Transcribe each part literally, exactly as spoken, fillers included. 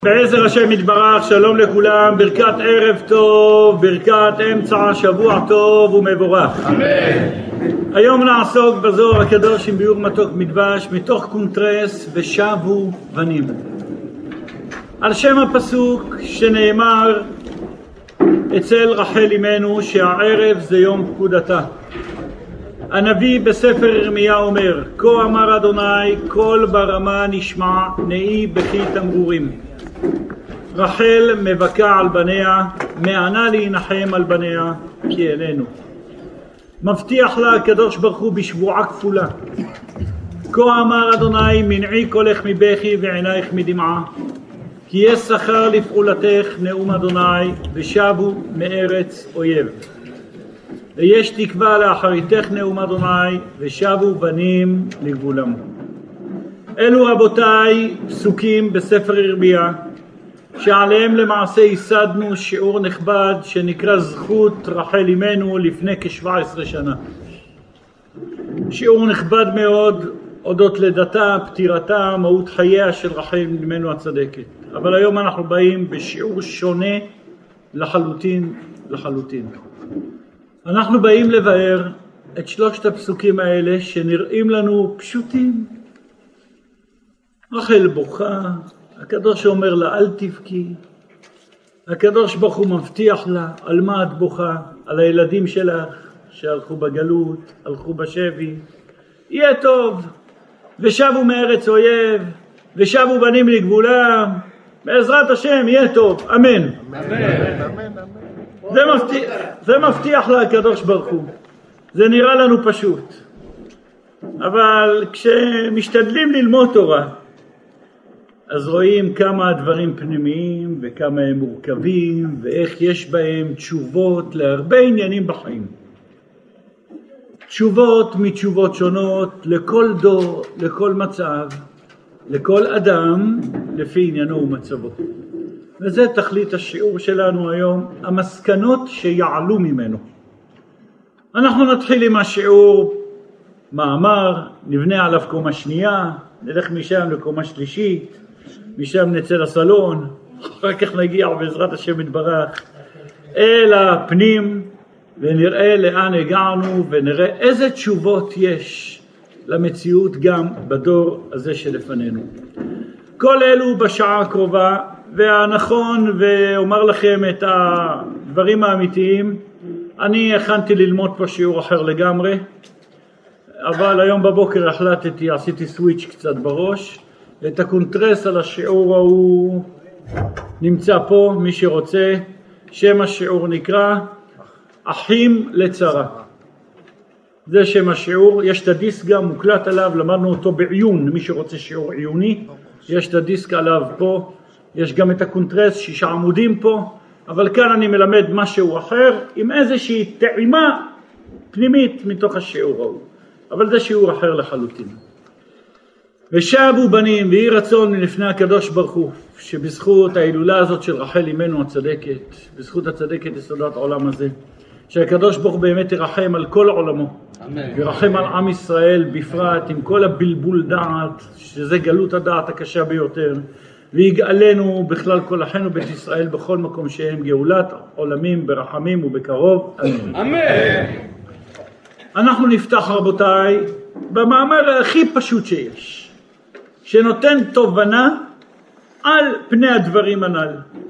בעזר השם יתברך, שלום לכולם, ברכת ערב טוב, ברכת אמצע שבוע טוב ומבורך. אמן. היום נעסוק בזוהר הקדוש עם ביאור מתוק מדבש מתוך קונטרס ושבו בנים. על שם הפסוק שנאמר אצל רחל אמנו שהערב זה יום פקודתה. הנביא בספר ירמיה אומר, כה אמר אדוני, קול ברמה נשמע, נאי בכי תמרורים. רחל מבכה על בניה, מענה להנחם על בניה, כי איננו. מבטיח לה הקדוש ברוך הוא בשבועה כפולה. כה אמר אדוני, מנעי קולך מבכי ועינייך מדמעה, כי יש שכר לפעולתך נאום אדוני, ושבו מארץ אויב. ויש תקווה לאחריתך נאום אדוני, ושבו בנים לגבולם. אלו רבותיי פסוקים בספר ירמיה, שעליהם למעשה ייסדנו שיעור נכבד שנקרא זכות רחל אמנו לפני כ-שבע עשרה שנה. שיעור נכבד מאוד אודות לידתה, פטירתה, מהות חייה של רחל אמנו הצדקת. אבל היום אנחנו באים בשיעור שונה לחלוטין לחלוטין. אנחנו באים לבאר את שלושת הפסוקים האלה שנראים לנו פשוטים. רחל בוכה, הקדוש אומר לה אל תבכי, הקדוש ברוך הוא מבטיח לה על מה את בוכה, על הילדים שלך שהלכו בגלות, הלכו בשבי, יהיה טוב, ושבו מארץ אויב, ושבו בנים לגבולם, בעזרת השם יהיה טוב, אמן. אמן. אמן. זה מבטיח, זה מבטיח לה הקדוש ברוך הוא. זה נראה לנו פשוט. אבל כשמשתדלים ללמוד תורה, אז רואים כמה הדברים פנימיים וכמה הם מורכבים ואיך יש בהם תשובות להרבה עניינים בחיים. תשובות מתשובות שונות לכל דור, לכל מצב, לכל אדם, לפי עניינו ומצבו. וזה תכלית השיעור שלנו היום, המסקנות שיעלו ממנו. אנחנו נתחיל עם השיעור מאמר, נבנה עליו קומה שנייה, נלך משם לקומה שלישית, משם נצא לסלון, אחר כך נגיע בעזרת השם יתברך אל הפנים ונראה לאן הגענו ונראה איזה תשובות יש למציאות גם בדור הזה שלפנינו. כל אלו בשעה הקרובה, והנכון ואומר לכם את הדברים האמיתיים, אני הכנתי ללמוד פה שיעור אחר לגמרי, אבל היום בבוקר החלטתי, עשיתי סוויץ' קצת בראש, את הקונטרס על השיעור ההוא נמצא פה, מי שרוצה. שם השיעור נקרא אחים לצרה. זה שם השיעור, יש את הדיסק גם מוקלט עליו, למדנו אותו בעיון, מי שרוצה שיעור עיוני, יש את הדיסק עליו פה, יש גם את הקונטרס, שישה עמודים פה, אבל כאן אני מלמד משהו אחר, עם איזושהי טעימה פנימית מתוך השיעור ההוא. אבל זה שיעור אחר לחלוטין. ושבו בנים, ויהי רצון מלפני הקדוש ברוך הוא, שבזכות ההילולה הזאת של רחל אמנו הצדקת, בזכות הצדקת יסודת העולם הזה, שהקדוש ברוך הוא באמת ירחם על כל עולמו, אמן. ירחם על עם ישראל בפרט, עם כל הבלבול דעת, שזה גלות הדעת הקשה ביותר, ויגאלנו בכלל כל אחינו בית ישראל בכל מקום שהם, גאולת עולמים ברחמים ובקרוב, אמן. אמן. אנחנו נפתח רבותיי במאמר הכי פשוט שיש, שנותן תובנה על פני הדברים הנ"ל.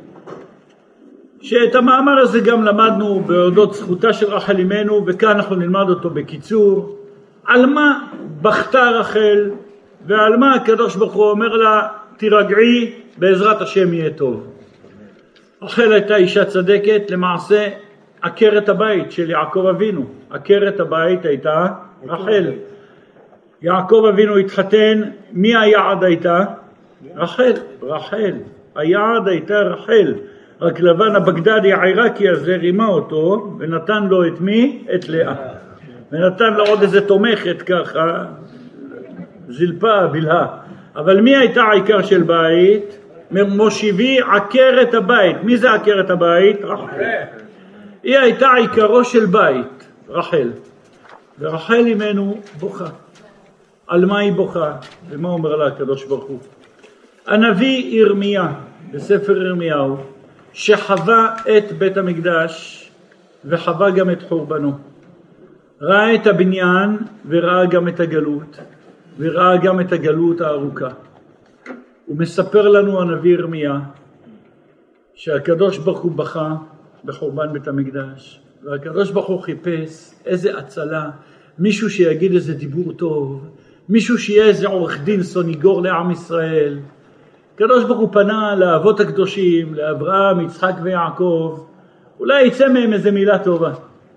שאת המאמר הזה גם למדנו באודות זכותה של רחל אמנו, וכאן אנחנו נלמד אותו בקיצור. על מה בכתה רחל, ועל מה הקדוש ברוך הוא אומר לה, תירגעי, בעזרת השם יהיה טוב. רחל הייתה אישה צדקת, למעשה עקרת הבית של יעקב אבינו. עקרת הבית הייתה רחל. יעקב אבינו התחתן, מי היעד הייתה? רחל. רחל. היעד הייתה רחל. רק לבן הבגדדי העיראקי הזה רימה אותו ונתן לו את מי? את לאה. ונתן לו עוד איזה תומכת ככה, זלפה, בלהה. אבל מי הייתה העיקר של בית? מושיבי עקרת הבית. מי זה עקרת הבית? רחל. היא הייתה עיקרו של בית, רחל. ורחל אמנו בוכה. על מה היא בוכה? ומה אומר לה הקדוש ברוך הוא? הנביא ירמיה בספר ירמיהו, שחווה את בית המקדש וחווה גם את חורבנו. ראה את הבניין וראה גם את הגלות, וראה גם את הגלות הארוכה. הוא מספר לנו הנביא ירמיה שהקדוש ברוך הוא בכה בחורבן בית המקדש, והקדוש ברוך הוא חיפש איזה הצלה, מישהו שיגיד איזה דיבור טוב, מישהו שיהיה איזה עורך דין סוניגור לעם ישראל. הקדוש ברוך הוא פנה לאבות הקדושים, לאברהם, יצחק ויעקב, אולי יצא מהם איזה מילה טובה.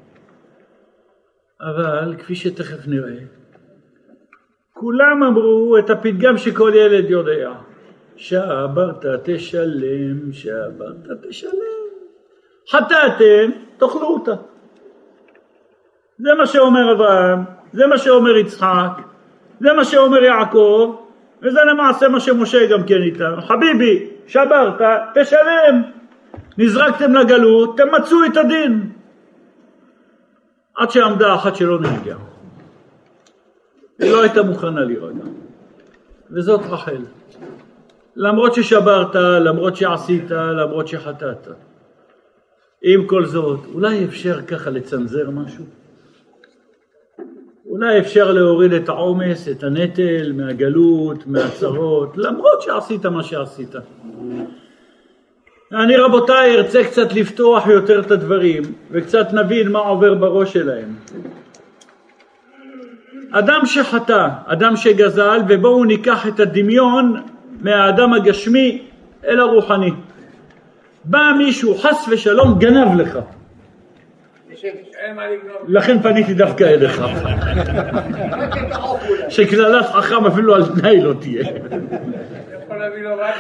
אבל כפי שתכף נראה, כולם אמרו את הפתגם שכל ילד יודע, שעברת תשלם, שעברת תשלם, חטאתם תאכלו אותה. זה מה שאומר אברהם, זה מה שאומר יצחק, זה מה שאומר יעקב, וזה למעשה מה שמשה גם כן איתם. חביבי, שברת, תשלם. נזרקתם לגלות, תמצאו את הדין. עד שעמדה אחת שלא נרגעה. היא לא הייתה מוכנה להירגע. וזאת רחל. למרות ששברת, למרות שעשית, למרות שחטאת. עם כל זאת, אולי אפשר ככה לצנזר משהו? אולי אפשר להוריד את העומס, את הנטל, מהגלות, מהצרות, למרות שעשית מה שעשית. אני רבותיי ארצה קצת לפתוח יותר את הדברים, וקצת נבין מה עובר בראש שלהם. אדם שחטא, אדם שגזל, ובואו ניקח את הדמיון מהאדם הגשמי אל הרוחני. בא מישהו חס ושלום גנב לך. לכן פניתי דווקא אליך. שכללת חכם אפילו על תנאי לא תהיה. יכול להביא לו רק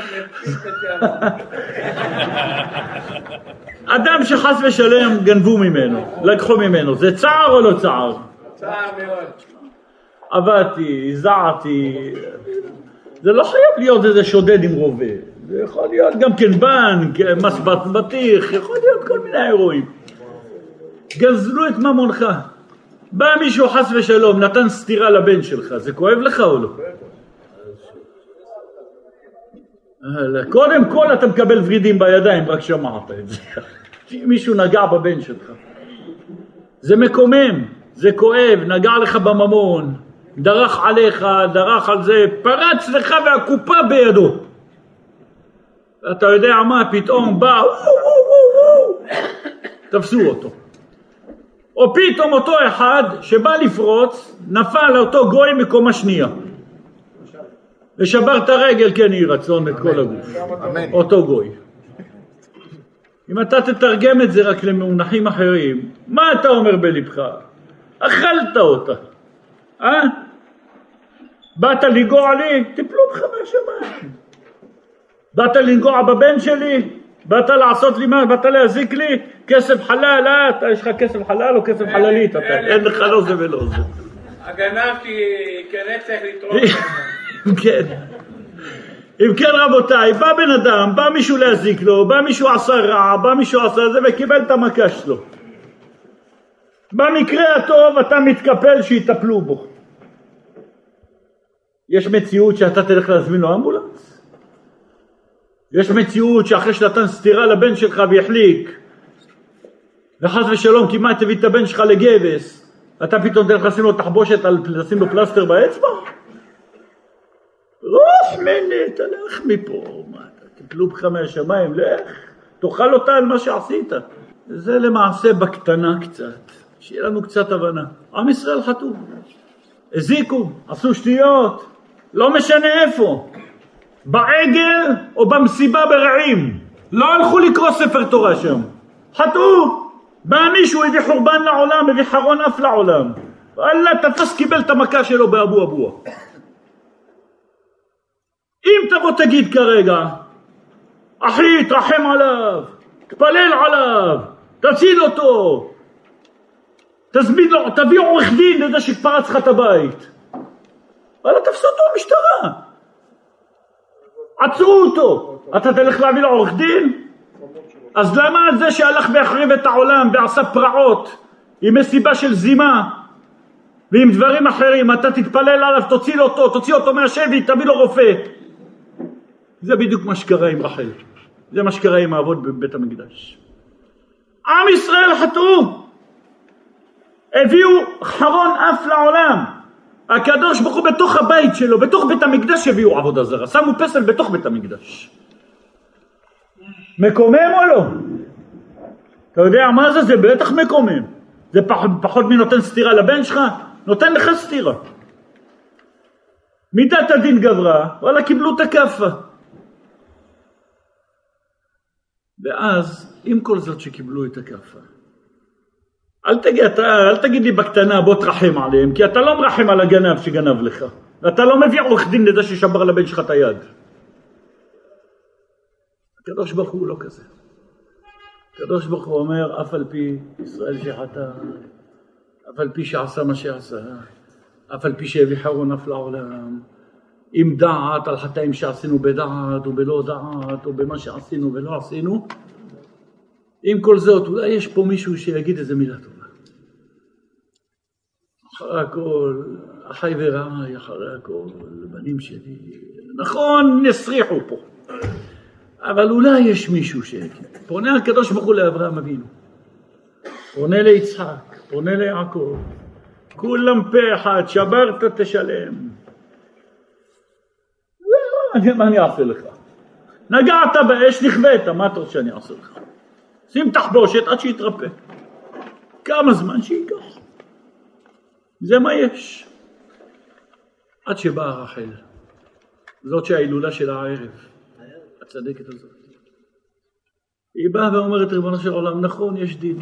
אדם שחס ושלם גנבו ממנו, לקחו ממנו, זה צער או לא צער? צער מאוד. עבדתי, זעתי, זה לא חייב להיות איזה שודד עם רובה, זה יכול להיות גם כן בנק, מסבת בטיח, יכול להיות כל מיני אירועים. גזלו את ממונך. בא מישהו חס ושלום, נתן סתירה לבן שלך, זה כואב לך או לא? קודם כל אתה מקבל ורידים בידיים, רק שמעת את זה. מישהו נגע בבן שלך. זה מקומם, זה כואב, נגע לך בממון, דרך עליך, דרך על זה, פרץ לך והקופה בידו. אתה יודע מה, פתאום בא, וואו, וואו, וואו, תפסו אותו. או פתאום אותו אחד שבא לפרוץ, נפל אותו גוי מקומה שנייה. ושבר את הרגל, כן יהי רצון את כל הגוף. אותו גוי. אם אתה תתרגם את זה רק למונחים אחרים, מה אתה אומר בלבך? אכלת אותה. אה? באת לנגוע לי? תפלו בך מהשמיים. באת לנגוע בבן שלי? באת לעשות לי מה? באת להזיק לי? כסף חלל, אה? אתה יש לך כסף חלל או כסף חללית? אין לך לא זה ולא זה. הגנבתי, כן צריך לתרום. כן. אם כן רבותיי, בא בן אדם, בא מישהו להזיק לו, בא מישהו עשה רע, בא מישהו עשה זה וקיבל את המכה שלו. במקרה הטוב אתה מתקפל שיטפלו בו. יש מציאות שאתה תלך להזמין לו אמבולנס? יש מציאות שאחרי שנתן סתירה לבן שלך והחליק, וחס ושלום כמעט תביא את הבן שלך לגבס, אתה פתאום תלך לשים לו תחבושת, לשים לו פלסטר באצבע? רוח מני, תלך מפה, מה, תפלו בך מהשמיים, לך, תאכל אותה על מה שעשית. זה למעשה בקטנה קצת, שיהיה לנו קצת הבנה. עם ישראל חטאו, הזיקו, עשו שטויות, לא משנה איפה, בעגל או במסיבה ברעים, לא הלכו לקרוא ספר תורה שם, חטאו, בא מישהו הביא חורבן לעולם, הביא חרון אף לעולם, ואללה תפס קיבל את המכה שלו באבו אבוה. אם תבוא תגיד כרגע, אחי תרחם עליו, תפלל עליו, תציל אותו, תזמין לו, תביא עורך דין לזה שפרץ לך את הבית, אבל תפסו אותו המשטרה, עצרו אותו, אתה תלך להביא לו עורך דין? אז למה זה שהלך והחריב את העולם ועשה פרעות עם מסיבה של זימה ועם דברים אחרים, אתה תתפלל עליו, תוציא אותו, תוציא אותו מהשבי, תביא לו רופא. זה בדיוק מה שקרה עם רחל. זה מה שקרה עם האבות בבית המקדש. עם ישראל חטאו, הביאו חרון אף לעולם. הקדוש ברוך הוא בתוך הבית שלו, בתוך בית המקדש הביאו עבודה זרה, שמו פסל בתוך בית המקדש. מקומם או לא? אתה יודע מה זה? זה בטח מקומם. זה פח, פחות מנותן סתירה לבן שלך, נותן לך סתירה. מידת הדין גברה, וואלה קיבלו את הכפה. ואז עם כל זאת שקיבלו את הכפה, אל תגיד, אתה, אל תגיד לי בקטנה בוא תרחם עליהם, כי אתה לא מרחם על הגנב שגנב לך, ואתה לא מביא עורך דין לזה ששבר לבן שלך את היד. הקדוש ברוך הוא לא כזה. הקדוש ברוך הוא אומר, אף על פי ישראל שחטא, אף על פי שעשה מה שעשה, אף על פי שהביא חרון אף לעולם, עם דעת על חטאים שעשינו בדעת ובלא דעת, או במה שעשינו ולא עשינו, עם כל זאת, אולי יש פה מישהו שיגיד איזה מילה טובה. אחרי הכל, אחי ורעי, אחרי הכל, בנים שלי, נכון, נסריחו פה. אבל אולי יש מישהו שיגיד. פונה הקדוש ברוך הוא לאברהם אבינו. פונה ליצחק, פונה ליעקב. כולם פה אחד, שברת תשלם. מה אני אעשה לך? נגעת באש, נכבאת, מה אתה רוצה שאני אעשה לך? שים תחבושת עד שיתרפא. כמה זמן שיקח. זה מה יש. עד שבאה רחל. זאת שההילולה של הערב. הצדקת הזאת. היא באה ואומרת, ריבונו של עולם, נכון, יש דין.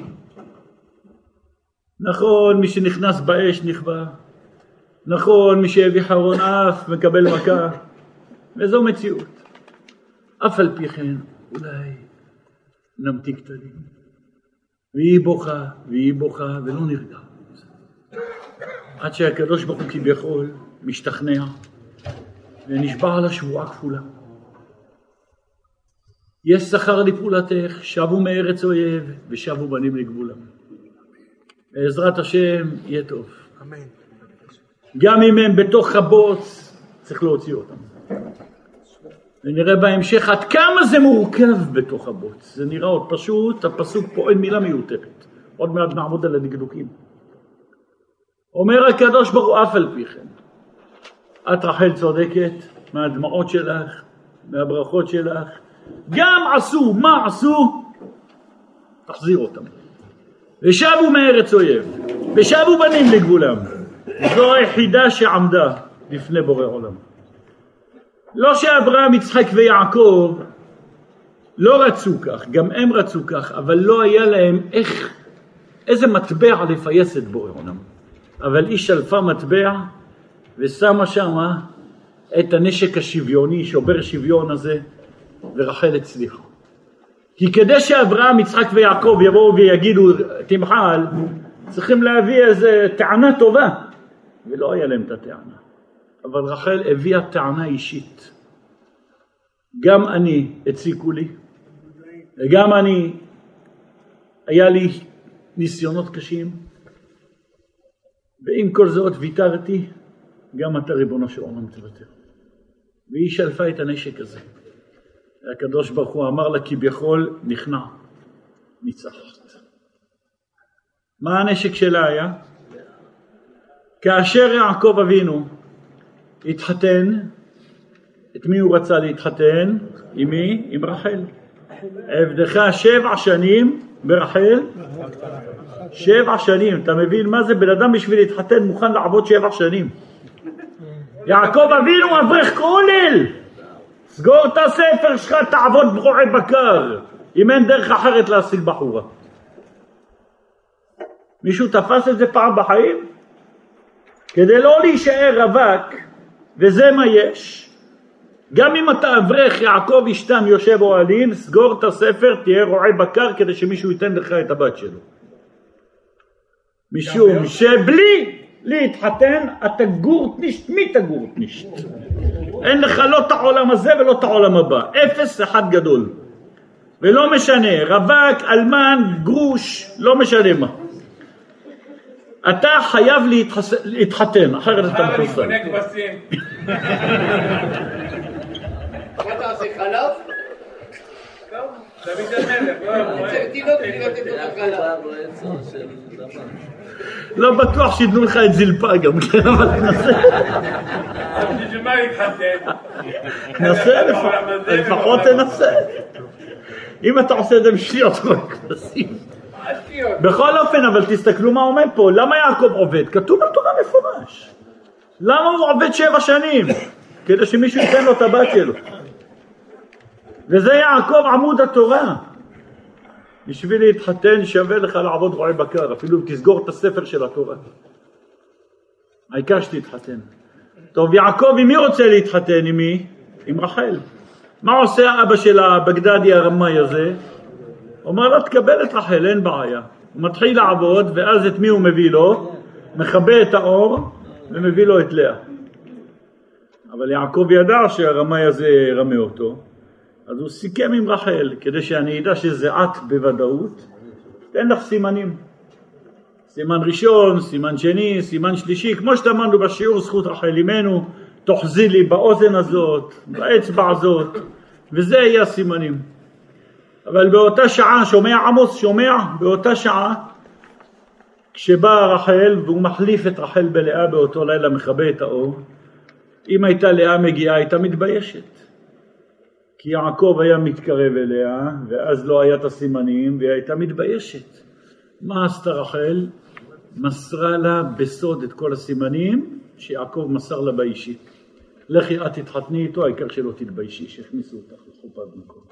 נכון, מי שנכנס באש נכבה. נכון, מי שהביא חרון אף מקבל מכה. וזו מציאות. אף על פי כן, אולי נמתיק את הדין. והיא בוכה, והיא בוכה, ולא נרגע. עד שהקדוש ברוך הוא כביכול משתכנע, ונשבע על השבועה כפולה. יש שכר לפעולתך, שבו מארץ אויב, ושבו בנים לגבולם. בעזרת השם יהיה טוב. אמן. גם אם הם בתוך הבוץ, צריך להוציא אותם. ונראה בהמשך עד כמה זה מורכב בתוך הבוץ. זה נראה עוד פשוט, הפסוק פה אין מילה מיותרת. עוד מעט נעמוד על הדקדוקים. אומר הקדוש ברוך הוא אף על פי כן. את רחל צודקת מהדמעות שלך, מהברכות שלך. גם עשו, מה עשו? תחזיר אותם. ושבו מארץ אויב, ושבו בנים לגבולם. זו היחידה שעמדה לפני בורא עולם. לא שאברהם, יצחק ויעקב לא רצו כך, גם הם רצו כך, אבל לא היה להם איך, איזה מטבע לפייס את בורא עולם. אבל היא שלפה מטבע ושמה שמה את הנשק השוויוני, שובר שוויון הזה, ורחל הצליחה. כי כדי שאברהם, יצחק ויעקב יבואו ויגידו תמחל, צריכים להביא איזה טענה טובה, ולא היה להם את הטענה. אבל רחל הביאה טענה אישית. גם אני הציקו לי, וגם אני, היה לי ניסיונות קשים, ועם כל זאת ויתרתי, גם אתה ריבונו של עולם תוותר. והיא שלפה את הנשק הזה. הקדוש ברוך הוא אמר לה כביכול נכנע, ניצחת. מה הנשק שלה היה? כאשר יעקב אבינו התחתן, את מי הוא רצה להתחתן? עם מי? עם רחל. עבדך שבע שנים ברחל? שבע שנים. אתה מבין מה זה? בן אדם בשביל להתחתן מוכן לעבוד שבע שנים. יעקב אבינו אברך כולל. סגור את הספר שלך, תעבוד ברועי בקר. אם אין דרך אחרת להשיג בחורה. מישהו תפס את זה פעם בחיים? כדי לא להישאר רווק, וזה מה יש. גם אם אתה אברך יעקב אשתם יושב אוהלים, סגור את הספר, תהיה רועי בקר כדי שמישהו ייתן לך את הבת שלו. משום שבלי להתחתן אתה גורטנישט, מי תגורטנישט? אין לך לא את העולם הזה ולא את העולם הבא. אפס אחד גדול. ולא משנה, רווק, אלמן, גרוש, לא משנה מה. אתה חייב להתחס... להתחתן, אחרת אתה מחוסן. אחר אני קונה כבשים. מה אתה עושה, חלב? דוד המלך, לא בטוח שיתנו לך את זלפה גם, אבל תנסה. אבל בשביל מה להתחתן? תנסה, לפחות תנסה. אם אתה עושה את זה בשניות, כבשים. בכל אופן, אבל תסתכלו מה עומד פה. למה יעקב עובד? כתוב בתורה מפורש. למה הוא עובד שבע שנים? כדי שמישהו ייתן לו את הבת שלו. וזה יעקב עמוד התורה. בשביל להתחתן שווה לך לעבוד רועי בקר, אפילו תסגור את הספר של התורה. העיקר שתתחתן. טוב, יעקב עם מי רוצה להתחתן? עם מי? עם רחל. מה עושה אבא של הבגדדי הרמאי הזה? אומר לו, תקבל את רחל, אין בעיה. הוא מתחיל לעבוד, ואז את מי הוא מביא לו? מכבה את האור, ומביא לו את לאה. אבל יעקב ידע שהרמאי הזה רמא אותו, אז הוא סיכם עם רחל, כדי שאני ידע שזה את בוודאות, תן לך סימנים. סימן ראשון, סימן שני, סימן שלישי, כמו שתאמרנו בשיעור זכות רחל אמנו, תוחזי לי באוזן הזאת, באצבע הזאת, וזה יהיה הסימנים. אבל באותה שעה, שומע עמוס, שומע, באותה שעה, כשבאה רחל, והוא מחליף את רחל בלאה באותו לילה, מכבה את האור, אם הייתה לאה מגיעה, הייתה מתביישת. כי יעקב היה מתקרב אליה, ואז לא היה את הסימנים, והיא הייתה מתביישת. מה עשתה רחל? מסרה לה בסוד את כל הסימנים, שיעקב מסר לה באישי. לכי את תתחתני איתו, העיקר שלא תתביישי, שהכניסו אותך לחופת במקום.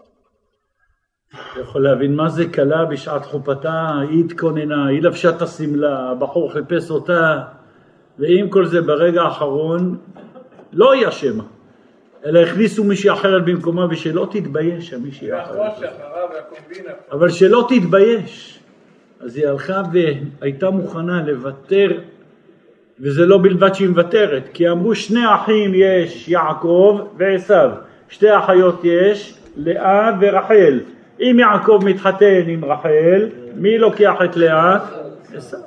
אתה יכול להבין מה זה קלה בשעת חופתה, היא התכוננה, היא לבשה את הסמלה, הבחור חיפש אותה, ועם כל זה ברגע האחרון, לא היא אשמה, אלא הכניסו מישהי אחרת במקומה, ושלא תתבייש המישהי אחרת. אבל שלא תתבייש. אז היא הלכה והייתה מוכנה לוותר, וזה לא בלבד שהיא מוותרת, כי אמרו שני אחים יש, יעקב ועשיו, שתי אחיות יש, לאה ורחל. אם יעקב מתחתן עם רחל, מי לוקח את לאה? עשיו.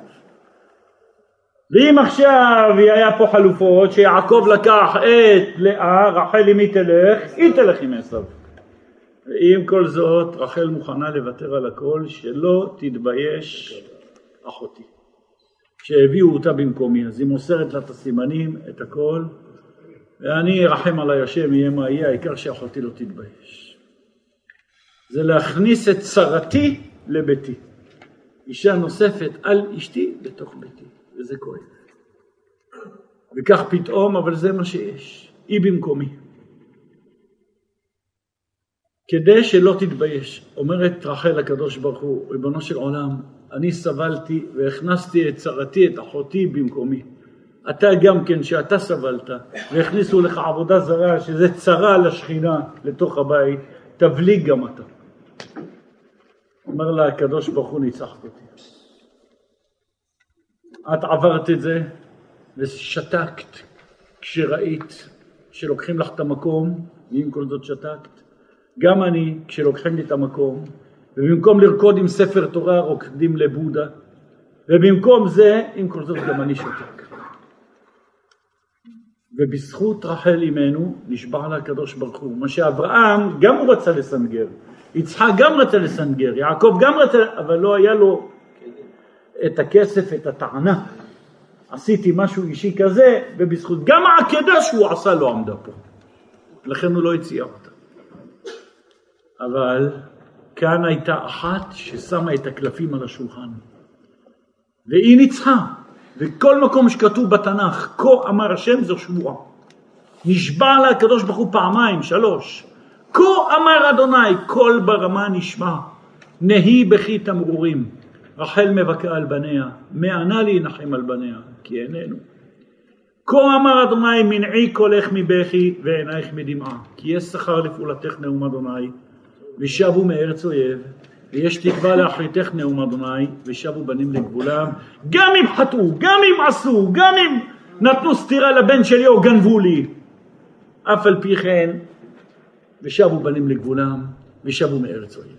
ואם עכשיו היה פה חלופות, שיעקב לקח את לאה, רחל עם מי תלך? היא תלך עם עשיו. ועם כל זאת, רחל מוכנה לוותר על הכל, שלא תתבייש אחותי. שהביאו אותה במקומי, אז היא מוסרת לה את הסימנים, את הכל, ואני רחם עלי השם, יהיה מה יהיה, העיקר שאחותי לא תתבייש. זה להכניס את צרתי לביתי. אישה נוספת על אשתי בתוך ביתי, וזה כואב. וכך פתאום, אבל זה מה שיש, היא במקומי. כדי שלא תתבייש, אומרת רחל הקדוש ברוך הוא, ריבונו של עולם, אני סבלתי והכנסתי את צרתי, את אחותי במקומי. אתה גם כן שאתה סבלת, והכניסו לך עבודה זרה, שזה צרה לשכינה לתוך הבית, תבליג גם אתה. אומר לה הקדוש ברוך הוא, ניצחת אותי. את עברת את זה ושתקת כשראית שלוקחים לך את המקום, ועם כל זאת שתקת. גם אני, כשלוקחים לי את המקום, ובמקום לרקוד עם ספר תורה, רוקדים לבודה, ובמקום זה, עם כל זאת גם אני שותק. ובזכות רחל אמנו, נשבע לה הקדוש ברוך הוא, מה שאברהם גם הוא רצה לסנגר, יצחק גם רצה לסנגר, יעקב גם רצה, אבל לא היה לו את הכסף, את הטענה. עשיתי משהו אישי כזה, ובזכות גם העקדה שהוא עשה לא עמדה פה. לכן הוא לא הציע אותה. אבל כאן הייתה אחת ששמה את הקלפים על השולחן. והיא ניצחה. וכל מקום שכתוב בתנ"ך, כה אמר השם, זו שבועה. נשבע לה הקדוש ברוך הוא פעמיים, שלוש. כה אמר אדוני, קול ברמה נשמע. נהי בכי תמרורים. רחל מבכה על בניה, מענה לי נחם על בניה, כי איננו. כה אמר אדוני, מנעי קולך מבכי ועינייך מדמעה, כי יש שכר לפעולתך נאום אדוני, ושבו מארץ אויב, ויש תקווה לאחריתך נאום אדוני, ושבו בנים לגבולם, גם אם חטאו, גם אם עשו, גם אם נתנו סתירה לבן שלי או גנבו לי, אף על פי כן, ושבו בנים לגבולם, ושבו מארץ אויב.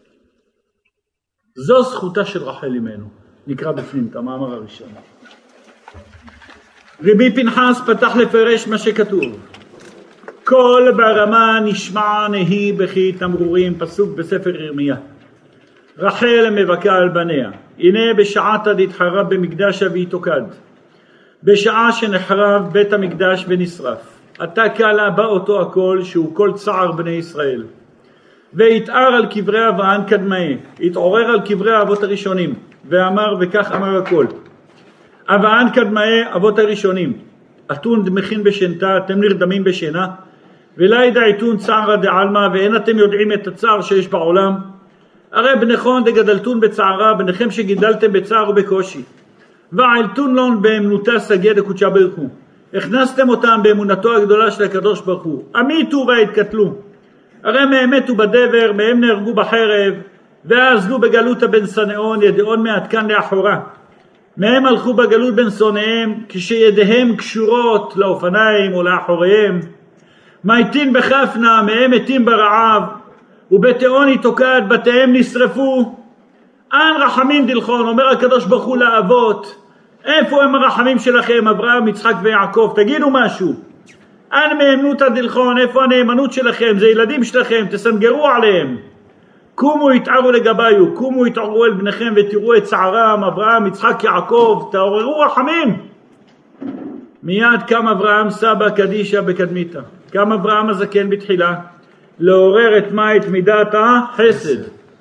זו זכותה של רחל אמנו. נקרא בפנים את המאמר הראשון. רבי פנחס פתח לפרש מה שכתוב. כל ברמה נשמע נהי בכי תמרורים, פסוק בספר ירמיה. רחל מבכה על בניה, הנה בשעתה דתחרב במקדש אבי תוקד, בשעה שנחרב בית המקדש ונשרף, עתה קלה בא אותו הכל שהוא כל צער בני ישראל, והתאר על קברי אברהם קדמאי, התעורר על קברי האבות הראשונים, ואמר וכך אמר הכל, אברהם קדמאי אבות הראשונים, אתון דמכין בשנתה, אתם נרדמים בשינה, ולא ידעתון צערה דעלמא, ואין אתם יודעים את הצער שיש בעולם, הרי בנכון דגדלתון בצערה, בניכם שגידלתם בצער ובקושי, ועלתון לון באמנותה סגיה דקודשה ברוך הוא, הכנסתם אותם באמונתו הגדולה של הקדוש ברוך הוא, אמיתו והתקטלו, הרי מהם מתו בדבר, מהם נהרגו בחרב, ואזלו בגלות בן סנאון, ידעון מעדכן לאחורה, מהם הלכו בגלות בין שונאיהם, כשידיהם קשורות לאופניים או לאחוריהם, מתים בחפנה, מהם מתים ברעב, ובתאוני תוקד, בתיהם נשרפו, אין רחמים דלכון, אומר הקדוש ברוך הוא לאבות, איפה הם הרחמים שלכם, אברהם, יצחק ויעקב, תגידו משהו, אין מאמנותא דלכון, איפה הנאמנות שלכם, זה ילדים שלכם, תסנגרו עליהם, קומו יתערו לגביו, קומו יתערו אל בניכם ותראו את צערם, אברהם, יצחק, יעקב, תעוררו רחמים. מיד קם אברהם סבא קדישה בקדמיתה, קם אברהם הזקן בתחילה, לעורר את מה? את מידת החסד,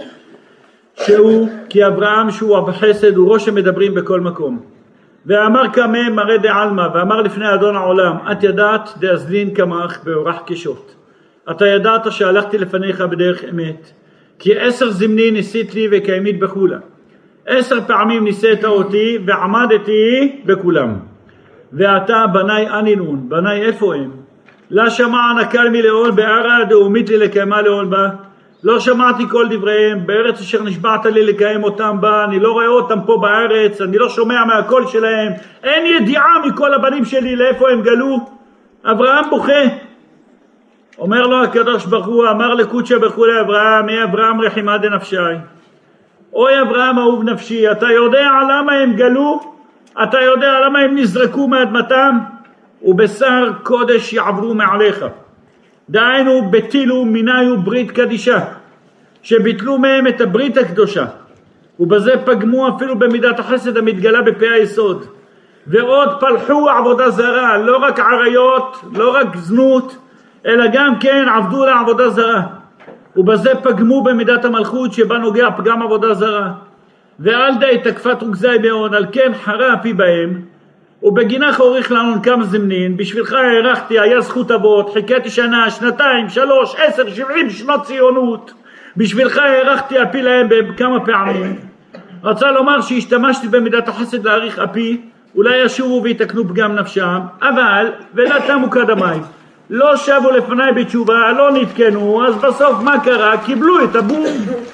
שהוא, כי אברהם שהוא החסד הוא ראש שמדברים בכל מקום, ואמר כמה מראה דעלמא, ואמר לפני אדון העולם, את ידעת דאזלין כמך באורח קשות, אתה ידעת שהלכתי לפניך בדרך אמת, כי עשר זמני ניסית לי וקיימית בכולה, עשר פעמים ניסית אותי ועמדתי בכולם, ואתה בני אנינון, בני איפה הם? לא שמע נקל מלאון בערה דאומית לי לקיימה לאון בה, לא שמעתי כל דבריהם, בארץ אשר נשבעת לי לקיים אותם בה, אני לא רואה אותם פה בארץ, אני לא שומע מהקול שלהם, אין ידיעה מכל הבנים שלי לאיפה הם גלו. אברהם בוכה, אומר לו הקדוש ברוך הוא, אמר לקודשא ברוך הוא לאברהם, מי אברהם רחימה דנפשי, אוי אברהם אהוב נפשי, אתה יודע למה הם גלו? אתה יודע למה הם נזרקו מאדמתם? ובשר קודש יעברו מעליך, דהיינו בטילו מיניו ברית קדישה, שביטלו מהם את הברית הקדושה, ובזה פגמו אפילו במידת החסד המתגלה בפי היסוד, ועוד פלחו עבודה זרה, לא רק עריות, לא רק זנות, אלא גם כן עבדו לעבודה זרה, ובזה פגמו במידת המלכות שבה נוגע פגם עבודה זרה, ועל די תקפת רגזי מאוד, על כן חרה אפי בהם, ובגינך אוריך לנו כמה זמנין, בשבילך הערכתי, היה זכות אבות, חיכיתי שנה, שנתיים, שלוש, עשר, שבעים שנות ציונות, בשבילך הערכתי אפי להם בכמה פעמים, רצה לומר שהשתמשתי במידת החסד להעריך אפי, אולי ישובו ויתקנו פגם נפשם, אבל, ולא תמו קדמי, לא שבו לפני בתשובה, לא נתקנו, אז בסוף מה קרה? קיבלו את הבום.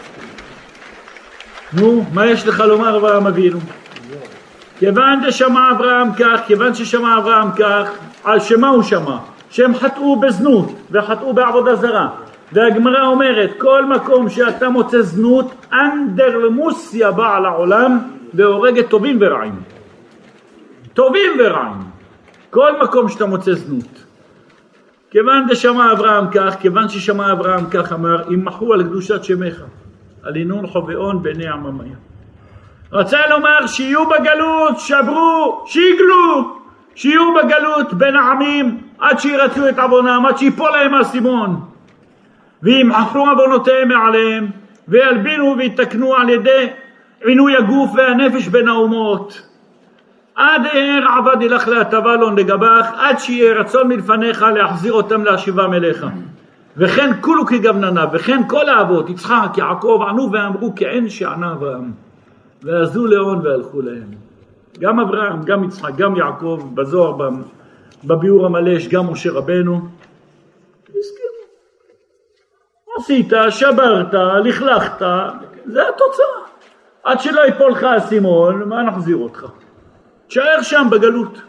נו, מה יש לך לומר אברהם אבינו? כיוון ששמע אברהם כך, כיוון ששמע אברהם כך, על שמה הוא שמע? שהם חטאו בזנות וחטאו בעבודה זרה. והגמרא אומרת, כל מקום שאתה מוצא זנות, אנדרלמוסיה באה לעולם והורגת טובים ורעים. טובים ורעים. כל מקום שאתה מוצא זנות. כיוון ששמע אברהם כך, כיוון ששמע אברהם כך אמר, ימחו על קדושת שמך, על עינון חובאון בעיני עממיה. רצה לומר שיהיו בגלות, שברו, שיגלו, שיהיו בגלות בין העמים עד שירצו את עוונם, עד שיפול להם האסימון, וימחו עוונותיהם מעליהם, וילבינו ויתקנו על ידי עינוי הגוף והנפש בין האומות. עד ער עבד ילך להטבה לון לגבך, עד שיהיה רצון מלפניך להחזיר אותם להשיבם אליך. וכן כולו כגבננה, וכן כל האבות, יצחק, יעקב, ענו ואמרו כאין שענה אברהם. ועזו לאון והלכו להם. גם אברהם, גם יצחק, גם יעקב, בזוהר, בביאור המלא, יש גם משה רבנו. הסכימו. עשית, שברת, לכלכת, זה התוצאה. עד שלא ייפול לך הסימון, מה נחזיר אותך? תשאר שם בגלות.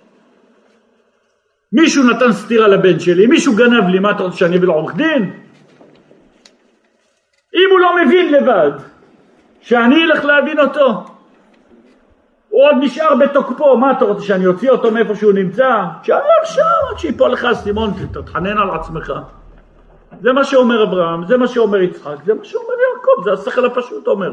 מישהו נתן סתירה לבן שלי, מישהו גנב לי, מה אתה רוצה שאני אביא לעורך דין? אם הוא לא מבין לבד, שאני אלך להבין אותו. הוא עוד נשאר בתוקפו, מה אתה רוצה שאני אוציא אותו מאיפה שהוא נמצא? שער שם עד שיפול לך סימון, תתחנן על עצמך. זה מה שאומר אברהם, זה מה שאומר יצחק, זה מה שאומר יעקב, זה השכל הפשוט אומר.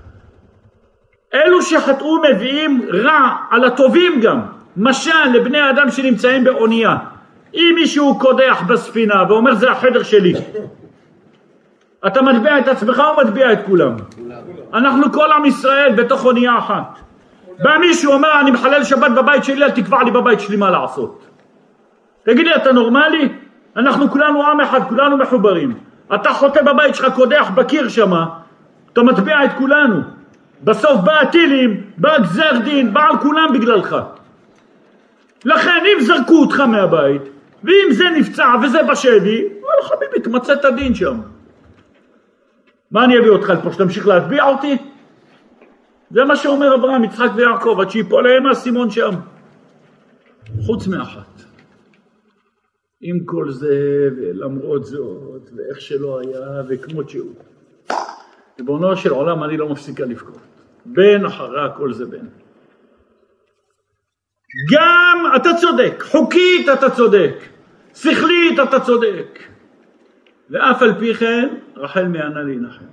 אלו שחטאו מביאים רע על הטובים גם, משל לבני האדם שנמצאים באונייה. אם מישהו קודח בספינה ואומר זה החדר שלי, אתה מטביע את עצמך או מטביע את כולם? אנחנו כל עם ישראל בתוך אונייה אחת. בא מישהו אומר אני מחלל שבת בבית שלי, אל תקבע לי בבית שלי מה לעשות. תגיד לי, אתה נורמלי? אנחנו כולנו עם אחד, כולנו מחוברים. אתה חוטא בבית שלך, קודח בקיר שמה, אתה מטביע את כולנו. בסוף בא הטילים, בא גזר דין, בא על כולם בגללך. לכן אם זרקו אותך מהבית, ואם זה נפצע וזה בשבי, וואלה חביבי, תמצא את הדין שם. מה אני אביא אותך לפה, שתמשיך להטביע אותי? זה מה שאומר אברהם, יצחק ויעקב, עד שיפול להם הסימון שם. חוץ מאחת. עם כל זה, ולמרות זאת, ואיך שלא היה, וכמות שהוא. ריבונו של עולם, אני לא מפסיקה לבכות. בין אחרי הכל זה בין. גם אתה צודק, חוקית אתה צודק, שכלית אתה צודק. ואף על פי כן, רחל מענה להנחם.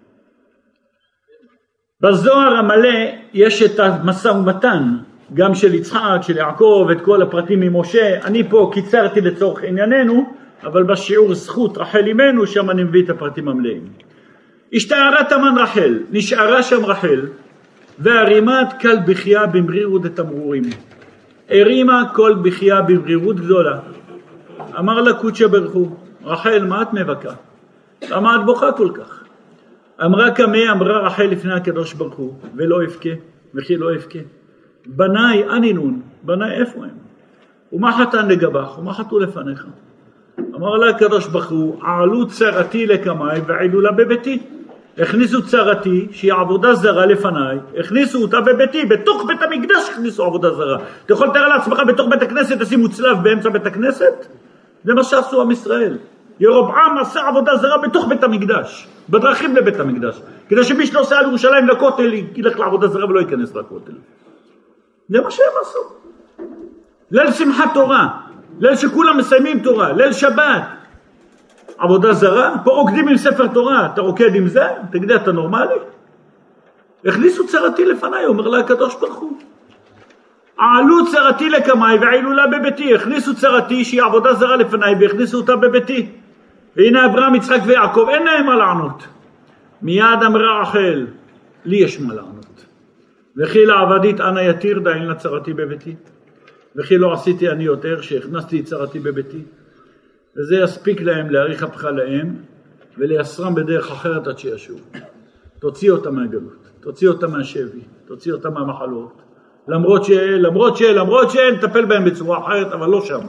בזוהר המלא יש את המשא ומתן, גם של יצחק, של יעקב, את כל הפרטים ממשה. אני פה קיצרתי לצורך ענייננו, אבל בשיעור זכות רחל אימנו, שם אני מביא את הפרטים המלאים. השתערה תמן רחל, נשארה שם רחל, והרימת כל בחייה במרירות דתמרורים. הרימה כל בחייה במרירות גדולה. אמר לה קודשא ברך הוא, רחל, מה את מבכה? למה את בוכה כל כך? אמרה כמה, אמרה רחל לפני הקדוש ברוך הוא, ולא אבכה, וכי לא אבכה. בניי אנינון, בניי איפה הם? ומה חתן לגבך, ומה חתו לפניך? אמר לה הקדוש ברוך הוא, עלו צרתי לקמי ועלו לה בביתי. הכניסו צרתי שהיא עבודה זרה לפניי, הכניסו אותה בביתי, בתוך בית המקדש הכניסו עבודה זרה. אתה יכול לתאר לעצמך בתוך בית הכנסת, תשימו צלב באמצע בית הכנסת? זה מה שעשו עם ישראל. ירבעם עשה עבודה זרה בתוך בית המקדש, בדרכים לבית המקדש, כדי שמי שנוסע על ירושלים לכותל ילך לעבודה זרה ולא ייכנס לכותל. זה מה שהם עשו. ליל שמחת תורה, ליל שכולם מסיימים תורה, ליל שבת, עבודה זרה. פה רוקדים עם ספר תורה, אתה רוקד עם זה? תגיד, אתה נורמלי? הכניסו צרתי לפניי, אומר לה הקדוש ברוך הוא. עלו צרתי לקמי ועלו לה בביתי. הכניסו צרתי שהיא עבודה זרה לפניי והכניסו אותה בביתי. והנה אברהם, יצחק ויעקב, אין להם מה לענות. מיד אמרה רחל, לי יש מה לענות. וכי לעבדית אנא יתיר דאין לה צרתי בביתי. וכי לא עשיתי אני יותר שהכנסתי את צרתי בביתי. וזה יספיק להם להאריך אפך להם ולייסרם בדרך אחרת עד שישוב. תוציא אותה מהגלות, תוציא אותה מהשבי, תוציא אותה מהמחלות. למרות ש... למרות ש... למרות ש... נטפל בהם בצורה אחרת, אבל לא שמה.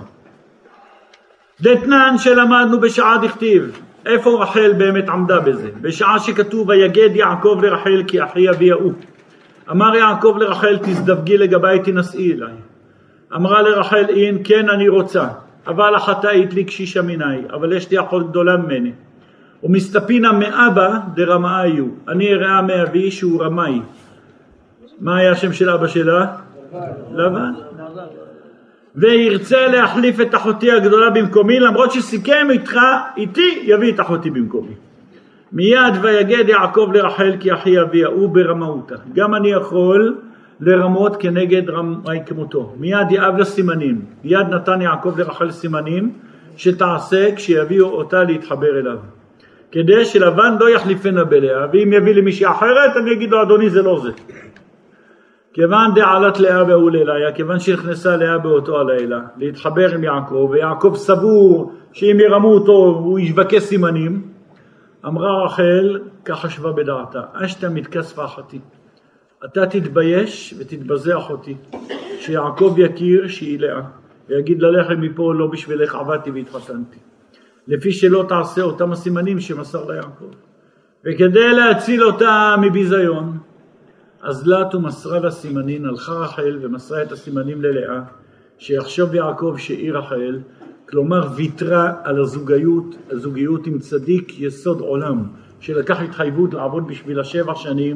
דתנן שלמדנו בשעה דכתיב. איפה רחל באמת עמדה בזה? בשעה שכתוב ויגד יעקב לרחל כי אחי אביהו. אמר יעקב לרחל תזדווגי לגבי תנסי אליי. אמרה לרחל אין כן אני רוצה. אבל החטאית לי קשישה מיני, אבל יש לי אחות גדולה ממני. ומסתפינה מאבא דרמאיו, אני אראה מאבי שהוא רמאי. מה היה השם של אבא שלה? לבן. וירצה להחליף את אחותי הגדולה במקומי, למרות שסיכם איתך, איתי יביא את אחותי במקומי. מיד ויגד יעקב לרחל כי אחי אביה, הוא ברמאותה. גם אני יכול לרמות כנגד רמאי כמותו. מיד יאב לסימנים. מיד נתן יעקב לרחל סימנים שתעשה כשיביאו אותה להתחבר אליו. כדי שלבן לא יחליפנה בלאה, ואם יביא למישהי אחרת אני אגיד לו אדוני זה לא זה. כיוון דעלת לאה והוללה, כיוון שהכנסה לאה באותו הלילה להתחבר עם יעקב, ויעקב סבור שאם ירמו אותו הוא יבקש סימנים, אמרה רחל, כך חשבה בדעתה, אשתה מתכספה אחתי, אתה תתבייש ותתבזח אותי, שיעקב יכיר שהיא לאה, ויגיד ללכת מפה לא בשבילך עבדתי והתחתנתי, לפי שלא תעשה אותם הסימנים שמסר ליעקב. וכדי להציל אותה מביזיון, אז לת ומסרה לה סימנין, הלכה רחל ומסרה את הסימנים ללאה, שיחשוב יעקב שהיא רחל, כלומר ויתרה על הזוגיות, הזוגיות עם צדיק יסוד עולם, שלקח התחייבות לעבוד בשביל השבע שנים,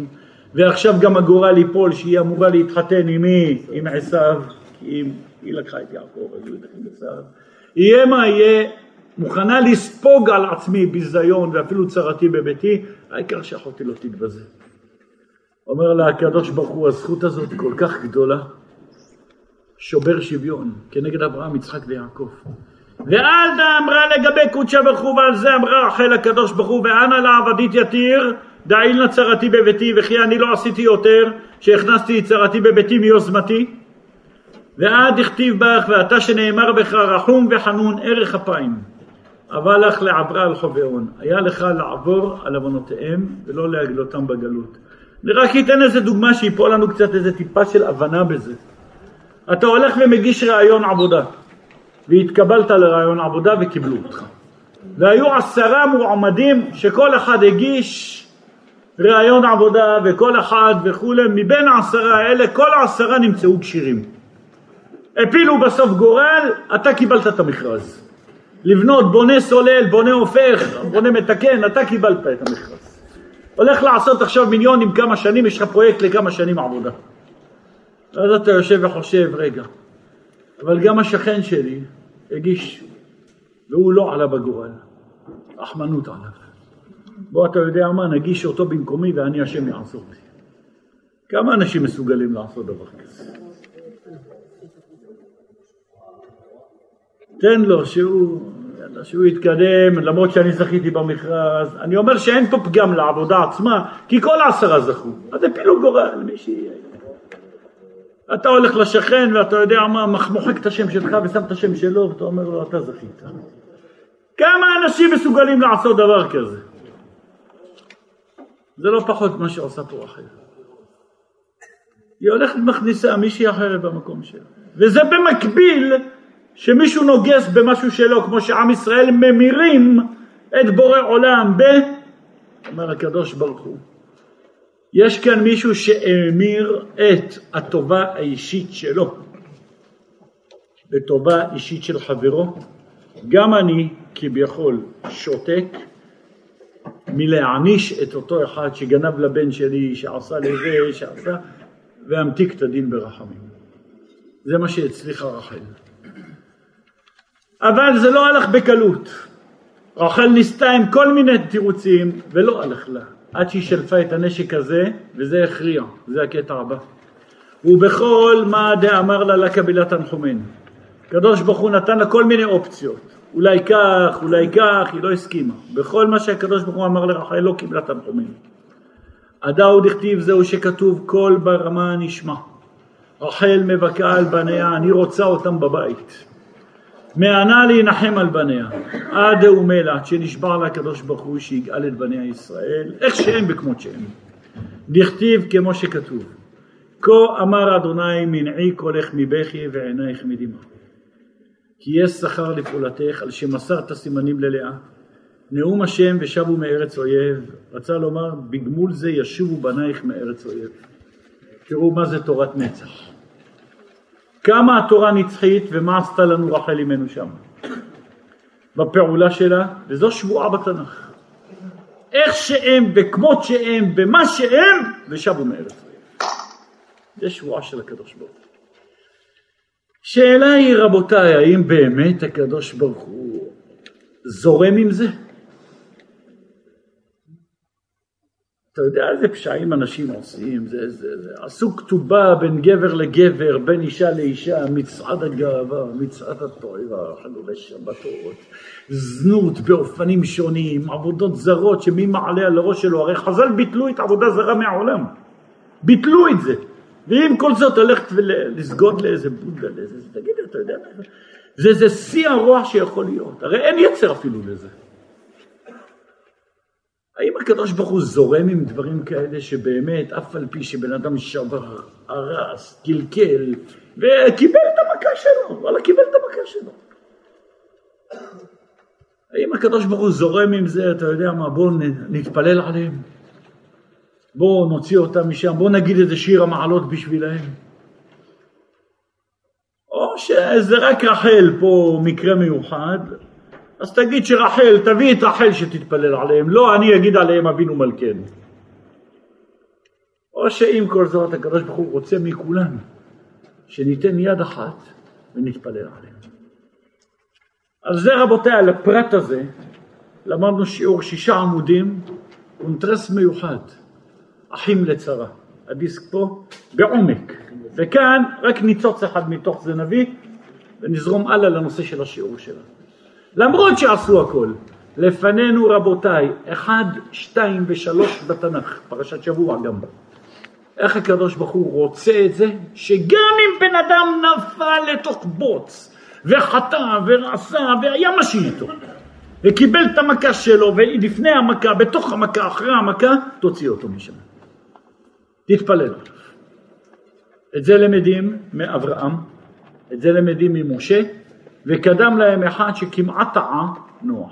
ועכשיו גם הגורל ייפול שהיא אמורה להתחתן עם מי? עם עשיו, כי אם היא לקחה את יעקב אז הוא יתחתן עם עשיו. יהיה מה יהיה, מוכנה לספוג על עצמי ביזיון ואפילו צרתי בביתי, העיקר שאחותי לא תתבזה. אומר לה הקדוש ברוך הוא, הזכות הזאת כל כך גדולה, שובר שוויון כנגד אברהם, יצחק ויעקב. ועלתה אמרה לגבי קודשה ברוך הוא, ועל זה אמרה רחל הקדוש ברוך הוא, ואנה לעבדית יתיר דעיל נא צרתי בביתי, וכי אני לא עשיתי יותר שהכנסתי צרתי בביתי מיוזמתי. ועד הכתיב בך ואתה שנאמר בך רחום וחנון ערך אפיים, אבל לך לעברה על חובעון, היה לך לעבור על עוונותיהם ולא להגלותם בגלות. אני רק אתן איזה דוגמה שיפול לנו קצת איזה טיפה של הבנה בזה. אתה הולך ומגיש רעיון עבודה, והתקבלת לרעיון עבודה וקיבלו אותך. והיו עשרה מועמדים שכל אחד הגיש רעיון עבודה וכל אחד וכולי, מבין העשרה האלה כל העשרה נמצאו קשירים. הפילו בסוף גורל, אתה קיבלת את המכרז. לבנות בונה סולל, בונה הופך, בונה מתקן, אתה קיבלת את המכרז. הולך לעשות עכשיו מיליון עם כמה שנים, יש לך פרויקט לכמה שנים עבודה. אז אתה יושב וחושב, רגע, אבל גם השכן שלי הגיש, והוא לא עלה בגורל, אחמנות עליו. בוא אתה יודע מה, נגיש אותו במקומי ואני השם יעזור לי. כמה אנשים מסוגלים לעשות דבר כזה? תן לו שהוא, שהוא יתקדם, למרות שאני זכיתי במכרז. אני אומר שאין פה פגם לעבודה עצמה, כי כל העשרה זכו. אז הפילו גורל, מי שיהיה. אתה הולך לשכן ואתה יודע מה, מוחק את השם שלך ושם את השם שלו, ואתה אומר לו, אתה זכית. כמה אנשים מסוגלים לעשות דבר כזה? זה לא פחות מה שעושה פה אחר. היא הולכת מכניסה מישהי אחרת במקום שלה. וזה במקביל שמישהו נוגס במשהו שלו, כמו שעם ישראל ממירים את בורא עולם ב... אומר הקדוש ברוך הוא. יש כאן מישהו שאמיר את הטובה האישית שלו בטובה אישית של חברו. גם אני כביכול שותק מלהעניש את אותו אחד שגנב לבן שלי, שעשה לזה, שעשה, והמתיק את הדין ברחמים. זה מה שהצליחה רחל. אבל זה לא הלך בקלות. רחל ניסתה עם כל מיני תירוצים ולא הלך לה. עד שהיא שלפה את הנשק הזה, וזה הכריע, זה הקטע הבא. ובכל מה דאמר לה לקבילה תנחומן. קדוש ברוך הוא נתן לה כל מיני אופציות. אולי כך, אולי כך, היא לא הסכימה. בכל מה שהקדוש ברוך הוא אמר לרחל לא קיבלה תנחומן. עדה עוד הכתיב זהו שכתוב כל ברמה נשמע. רחל מבכה על בניה, אני רוצה אותם בבית. מענה להנחם על בניה, עד ומלט שנשבע לה הקדוש ברוך הוא שיגאל את בניה ישראל, איך שהם וכמות שהם. דכתיב כמו שכתוב, כה אמר אדוני מנעי קולך מבכי ועינייך מדמעה. כי יש שכר לפעולתך על שמסרת סימנים ללאה. נאום השם ושבו מארץ אויב, רצה לומר בגמול זה ישובו בנייך מארץ אויב. תראו מה זה תורת נצח. כמה התורה נצחית ומה עשתה לנו רחל אימנו שם בפעולה שלה, וזו שבועה בתנ"ך. איך שהם וכמות שהם במה שהם ושבו מארץ אויב. זה שבועה של הקדוש ברוך הוא. שאלה היא רבותיי, האם באמת הקדוש ברוך הוא זורם עם זה? אתה יודע איזה פשעים אנשים עושים, זה, זה, זה. עשו כתובה בין גבר לגבר, בין אישה לאישה, מצעד הגאווה, מצעד התועבה, חילולי שבתות, זנות באופנים שונים, עבודות זרות שמי מעלה על הראש שלו, הרי חז"ל ביטלו את עבודה זרה מהעולם, ביטלו את זה, ואם כל זאת הולכת לסגוד לאיזה בודה, לאיזה, תגיד, אתה יודע, זה, זה שיא הרוע שיכול להיות, הרי אין יצר אפילו לזה. האם הקדוש ברוך הוא זורם עם דברים כאלה שבאמת אף על פי שבן אדם שבר, הרס, קלקל וקיבל את המכה שלו, וואלה קיבל את המכה שלו. האם הקדוש ברוך הוא זורם עם זה, אתה יודע מה, בואו נתפלל עליהם, בואו נוציא אותם משם, בואו נגיד איזה שיר המעלות בשבילהם. או שזה רק רחל פה מקרה מיוחד, אז תגיד שרחל, תביא את רחל שתתפלל עליהם, לא אני אגיד עליהם אבינו מלכנו. או שעם כל זאת הקדוש ברוך הוא רוצה מכולם שניתן יד אחת ונתפלל עליהם. על זה רבותיי, על הפרט הזה למדנו שיעור שישה עמודים, קונטרס מיוחד, אחים לצרה. הדיסק פה בעומק, וכאן רק ניצוץ אחד מתוך זה נביא ונזרום הלאה לנושא של השיעור שלנו. למרות שעשו הכל, לפנינו רבותיי, אחד, שתיים ושלוש בתנ"ך, פרשת שבוע גם. איך הקדוש ברוך הוא רוצה את זה? שגם אם בן אדם נפל לתוך בוץ, וחטא ורעשה והיה משהו איתו, וקיבל את המכה שלו, ולפני המכה, בתוך המכה, אחרי המכה, תוציא אותו משם. תתפלל עליו. את זה למדים מאברהם, את זה למדים ממשה, וקדם להם אחד שכמעט טעה, נוח.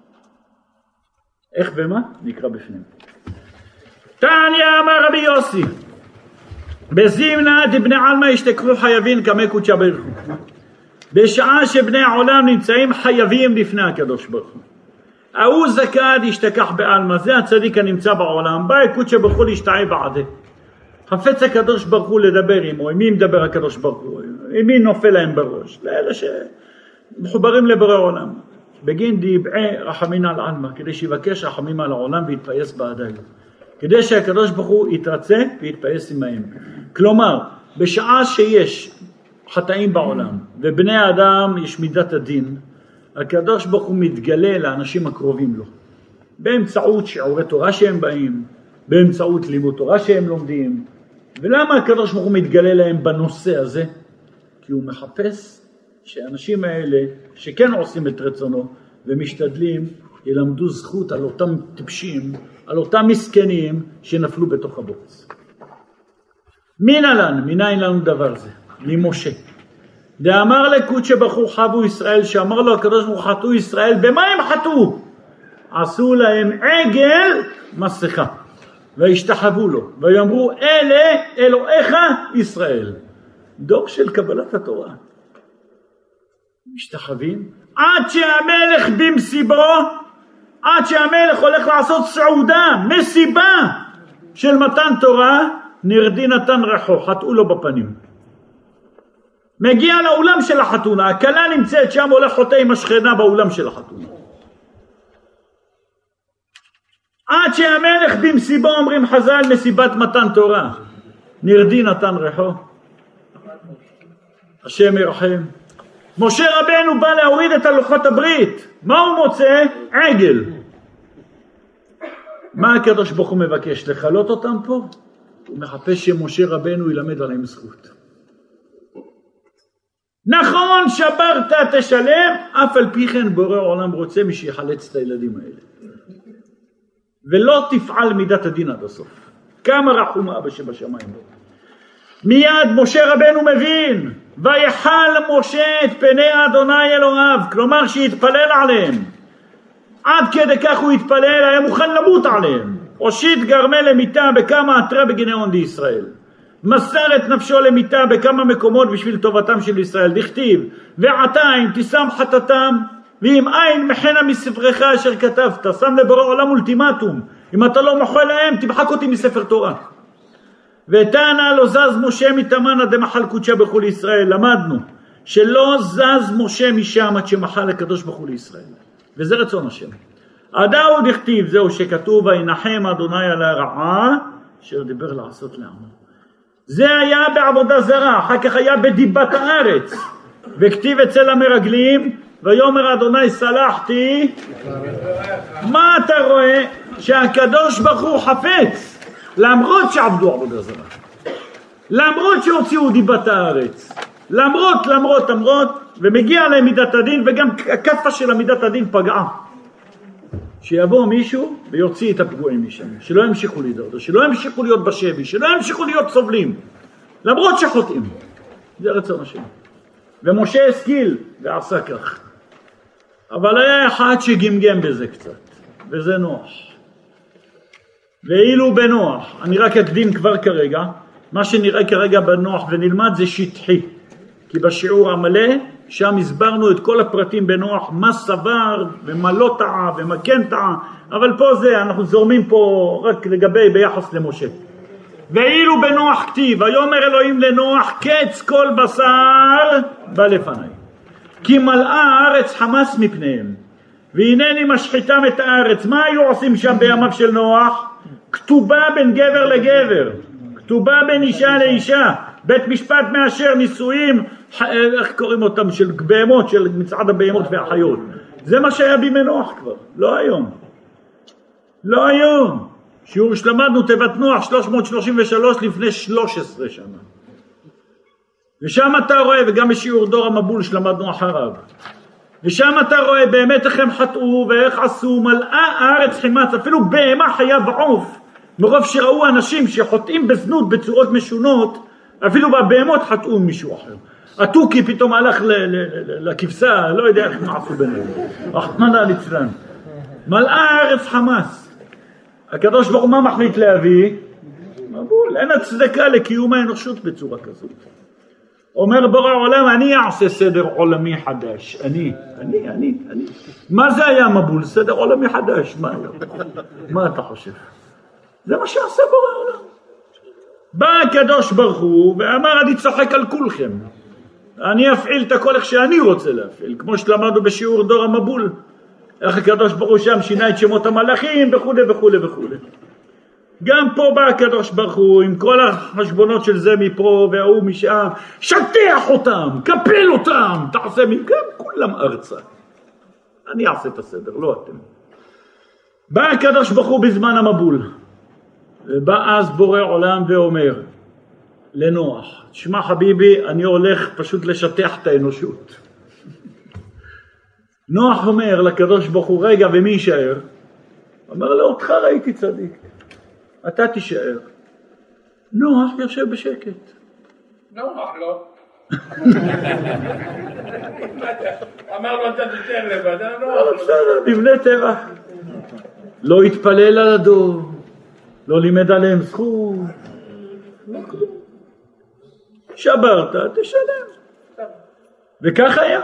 איך ומה? נקרא בפנים. תניא אמר רבי יוסי, בזימנה דבני עלמא ישתכרו חייבים כמי קודשא בריך הוא. בשעה שבני העולם נמצאים חייבים לפני הקדוש ברוך הוא. ההוא זכאי ישתכח בעלמא, זה הצדיק הנמצא בעולם, בא קודשא בריך הוא להשתעי בעדה. חפץ הקדוש ברוך הוא לדבר עמו, עם מי מדבר הקדוש ברוך הוא? עם מי נופל להם בראש? לאלה שמחוברים לבורא העולם. בגין דיבעי רחמין על עלמא, כדי שיבקש רחמים על העולם ויתפייס בעדיו. כדי שהקדוש ברוך הוא יתרצה ויתפייס עמהם. כלומר, בשעה שיש חטאים בעולם ובני האדם יש מידת הדין, הקדוש ברוך הוא מתגלה לאנשים הקרובים לו. באמצעות שיעורי תורה שהם באים, באמצעות לימוד תורה שהם לומדים. ולמה הקדוש ברוך הוא מתגלה להם בנושא הזה? כי הוא מחפש שהאנשים האלה שכן עושים את רצונו ומשתדלים ילמדו זכות על אותם טיפשים, על אותם מסכנים שנפלו בתוך הבוץ. מנהלן, מניין לנו דבר זה? ממשה. דאמר לקודשא ברוך הוא חבו ישראל, שאמר לו הקדוש ברוך הוא חטאו ישראל, במה הם חטאו? עשו להם עגל מסכה. והשתחוו לו, ויאמרו אלה אלוהיך ישראל. דור של קבלת התורה. משתחווים עד שהמלך במסיבו, עד שהמלך הולך לעשות סעודה, מסיבה של מתן תורה, נרדי נתן רחו, חטאו לו בפנים. מגיע לאולם של החתונה, הכלה נמצאת שם, הולך חוטא עם השכנה באולם של החתונה. עד שהמלך במסיבו, אומרים חז"ל, מסיבת מתן תורה, נרדי נתן רחו. השם ירחם. משה רבנו בא להוריד את לוחות הברית, מה הוא מוצא? עגל. מה הקדוש ברוך הוא מבקש? לחלות אותם פה? הוא מחפש שמשה רבנו ילמד עליהם זכות. נכון, שברת תשלם, אף על פי כן בורא עולם רוצה מי שיחלץ את הילדים האלה. ולא תפעל מידת הדין עד הסוף. כמה רחום אבא שבשמיים. מיד משה רבנו מבין, ויחל משה את פני אדוני אלוהיו, כלומר שיתפלל עליהם. עד כדי כך הוא יתפלל, היה מוכן למות עליהם. הושיט גרמה למיטה בכמה אתרי בגנאון לישראל. מסר את נפשו למיטה בכמה מקומות בשביל טובתם של ישראל. דכתיב, ועתה אם תשם חטאתם, ואם אין מחנה מספרך אשר כתבת. שם לבורא עולם אולטימטום, אם אתה לא מוחל להם תמחק אותי מספר תורה. ותענה לא זז משה מתמנה דמחל קודשא ברוך הוא לישראל. למדנו שלא זז משה משם עד שמחל הקדוש ברוך הוא לישראל, וזה רצון השם. עדהו דכתיב, זהו שכתוב וינחם אדוני על הרעה אשר דיבר לעשות לעמו. זה היה בעבודה זרה, אחר כך היה בדיבת הארץ, וכתיב אצל המרגלים ויאמר אדוני סלחתי. מה אתה רואה? שהקדוש ברוך הוא חפץ, למרות שעבדו עבודה זרה, למרות שהוציאו דיבת הארץ, למרות למרות למרות ומגיע להם מידת הדין, וגם הכפה של המידת הדין פגעה. שיבוא מישהו ויוציא את הפגועים משם, שלא ימשיכו להידרדר, שלא ימשיכו להיות בשבי, שלא ימשיכו להיות סובלים, למרות שחוטאים. זה רצון השם. ומשה השכיל ועשה כך. אבל היה אחד שגמגם בזה קצת, וזה נוח. ואילו בנוח, אני רק אקדים כבר כרגע, מה שנראה כרגע בנוח ונלמד זה שטחי. כי בשיעור המלא, שם הסברנו את כל הפרטים בנוח, מה סבר ומה לא טעה ומה כן טעה, אבל פה זה, אנחנו זורמים פה רק לגבי ביחס למשה. ואילו בנוח כתיב, ויאמר אלוהים לנוח, קץ כל בשר בא לפניי, כי מלאה הארץ חמס מפניהם, והנני משחיתם את הארץ. מה היו עושים שם בימיו של נוח? כתובה בין גבר לגבר, כתובה בין אישה לאישה, בית משפט מאשר נישואים, איך קוראים אותם, של בהמות, של מצעד הבהמות והחיות. זה מה שהיה בימי נוח כבר, לא היום. לא היום. שיעור שלמדנו תיבת נוח שלוש מאות שלושים ושלוש לפני שלוש עשרה שנה. ושם אתה רואה, וגם בשיעור דור המבול שלמדנו אחריו, ושם אתה רואה באמת איך הם חטאו ואיך עשו, מלאה הארץ חימץ, אפילו בהמה חיה ועוף, מרוב שראו אנשים שחוטאים בזנות בצורות משונות, אפילו בבהמות חטאו מישהו אחר. התוכי פתאום הלך לכבשה, לא יודע איך נעשו ביניהם. רחמנא ליצלן. מלאה הארץ חמס. הקדוש ברוך הוא מה מחליט להביא? מבול. אין הצדקה לקיום האנושות בצורה כזאת. אומר בורא עולם, אני אעשה סדר עולמי חדש. אני, אני, אני, אני. מה זה היה מבול? סדר עולמי חדש. מה היה? מה אתה חושב? זה מה שעשה בורא עולם. בא הקדוש ברוך הוא ואמר, אני צוחק על כולכם. אני אפעיל את הכל איך שאני רוצה להפעיל, כמו שלמדנו בשיעור דור המבול. איך הקדוש ברוך הוא שם שינה את שמות המלאכים וכו' וכו' וכו'. גם פה בא הקדוש ברוך הוא עם כל החשבונות של זה מפה והוא משם, שטח אותם, קפל אותם, תעשה גם כולם ארצה. אני אעשה את הסדר, לא אתם. בא הקדוש ברוך הוא בזמן המבול, ובא אז בורא עולם ואומר לנוח, תשמע חביבי, אני הולך פשוט לשטח את האנושות. נוח אומר לקדוש ברוך הוא, רגע, ומי יישאר? אומר לו, אותך ראיתי צדיק, אתה תישאר. נוח יושב בשקט. נוח לא. אמר לו, אתה תישאר לבד, נוח. בסדר, בבני טבע. לא התפלל על הדור, לא לימד עליהם זכות. שברת, תשלם. וכך היה.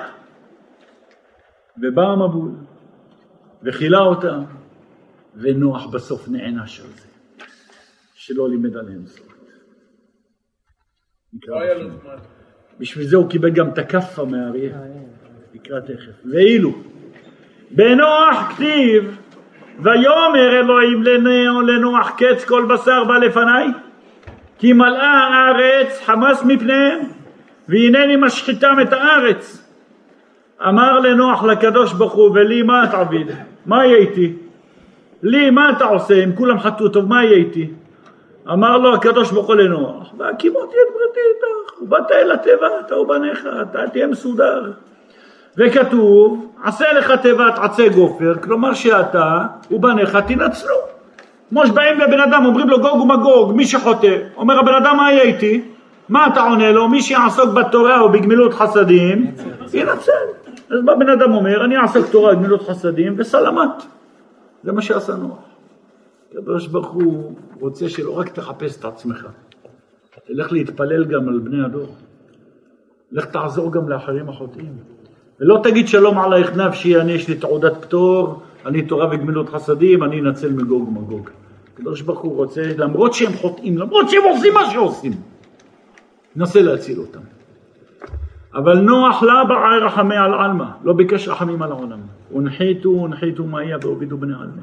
ובא המבול, וחילה אותה, ונוח בסוף נענש על זה, שלא לימד עליהם זכות. בשביל זה הוא קיבל גם את הכפה מהאריה. נקרא תכף. ואילו, בנוח כתיב, ויאמר אלוהים לנוח, קץ כל בשר בא לפניי, כי מלאה הארץ חמס מפניהם, והנני משחיתם את הארץ. אמר לנוח לקדוש ברוך הוא, ולי מה את עביד? מה יהיה איתי? לי מה אתה עושה? אם כולם חטאו טוב, מה יהיה איתי? אמר לו הקדוש ברוך הוא לנוח, והקימותי את בריתי איתך, ובאת אל הטבע, אתה ובניך, אתה תהיה מסודר. וכתוב, עשה לך תיבת עצי גופר, כלומר שאתה ובניך תנצלו. כמו שבאים לבן אדם, אומרים לו גוג ומגוג, מי שחוטא, אומר הבן אדם מה יהיה איתי? מה אתה עונה לו? מי שיעסוק בתורה או בגמילות חסדים, ינצל. אז בא בן אדם אומר, אני אעסוק תורה, גמילות חסדים וסלמת. זה מה שעשה נוח. הקדוש ברוך הוא רוצה שלא רק תחפש את עצמך, תלך להתפלל גם על בני הדור. לך תעזור גם לאחרים החוטאים. ולא תגיד שלום עלייך נפשי, אני יש לי תעודת פטור, אני תורה וגמילות חסדים, אני אנצל מגוג ומגוג. הקדוש ברוך הוא רוצה, למרות שהם חוטאים, למרות שהם עושים מה שעושים, נסה להציל אותם. אבל נוח לא בעי רחמי על עלמא, לא ביקש רחמים על העולם. ונחיתו, ונחיתו מאיה והובידו בני עלמא.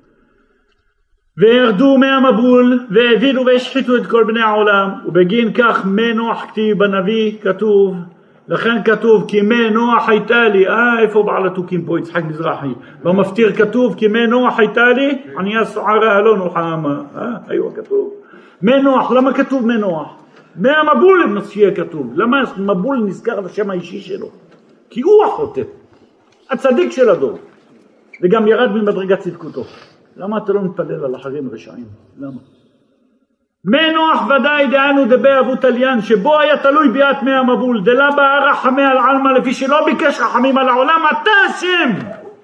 וירדו מהמבול, והבינו והשחיתו את כל בני העולם, ובגין כך מנוח כתיב בנביא, כתוב, לכן כתוב, כי מנוח הייתה לי, אה, איפה בעל התוקים פה, יצחק מזרחי, במפטיר כתוב, כי מנוח הייתה לי, עניה סוערה לא נוחמה, אה, היו כתוב. מנוח, למה כתוב מנוח? מהמבול שיהיה כתוב. למה מבול נזכר לשם האישי שלו? כי הוא החוטא, הצדיק של הדור, וגם ירד ממדרגת צדקותו. למה אתה לא מתפלל על אחרים רשעים? למה? מנוח ודאי דענו דבי אבו תליין, שבו היה תלוי ביאת מהמבול, דלה באה רחמי על עלמא, לפי שלא ביקש רחמים על העולם, אתה השם.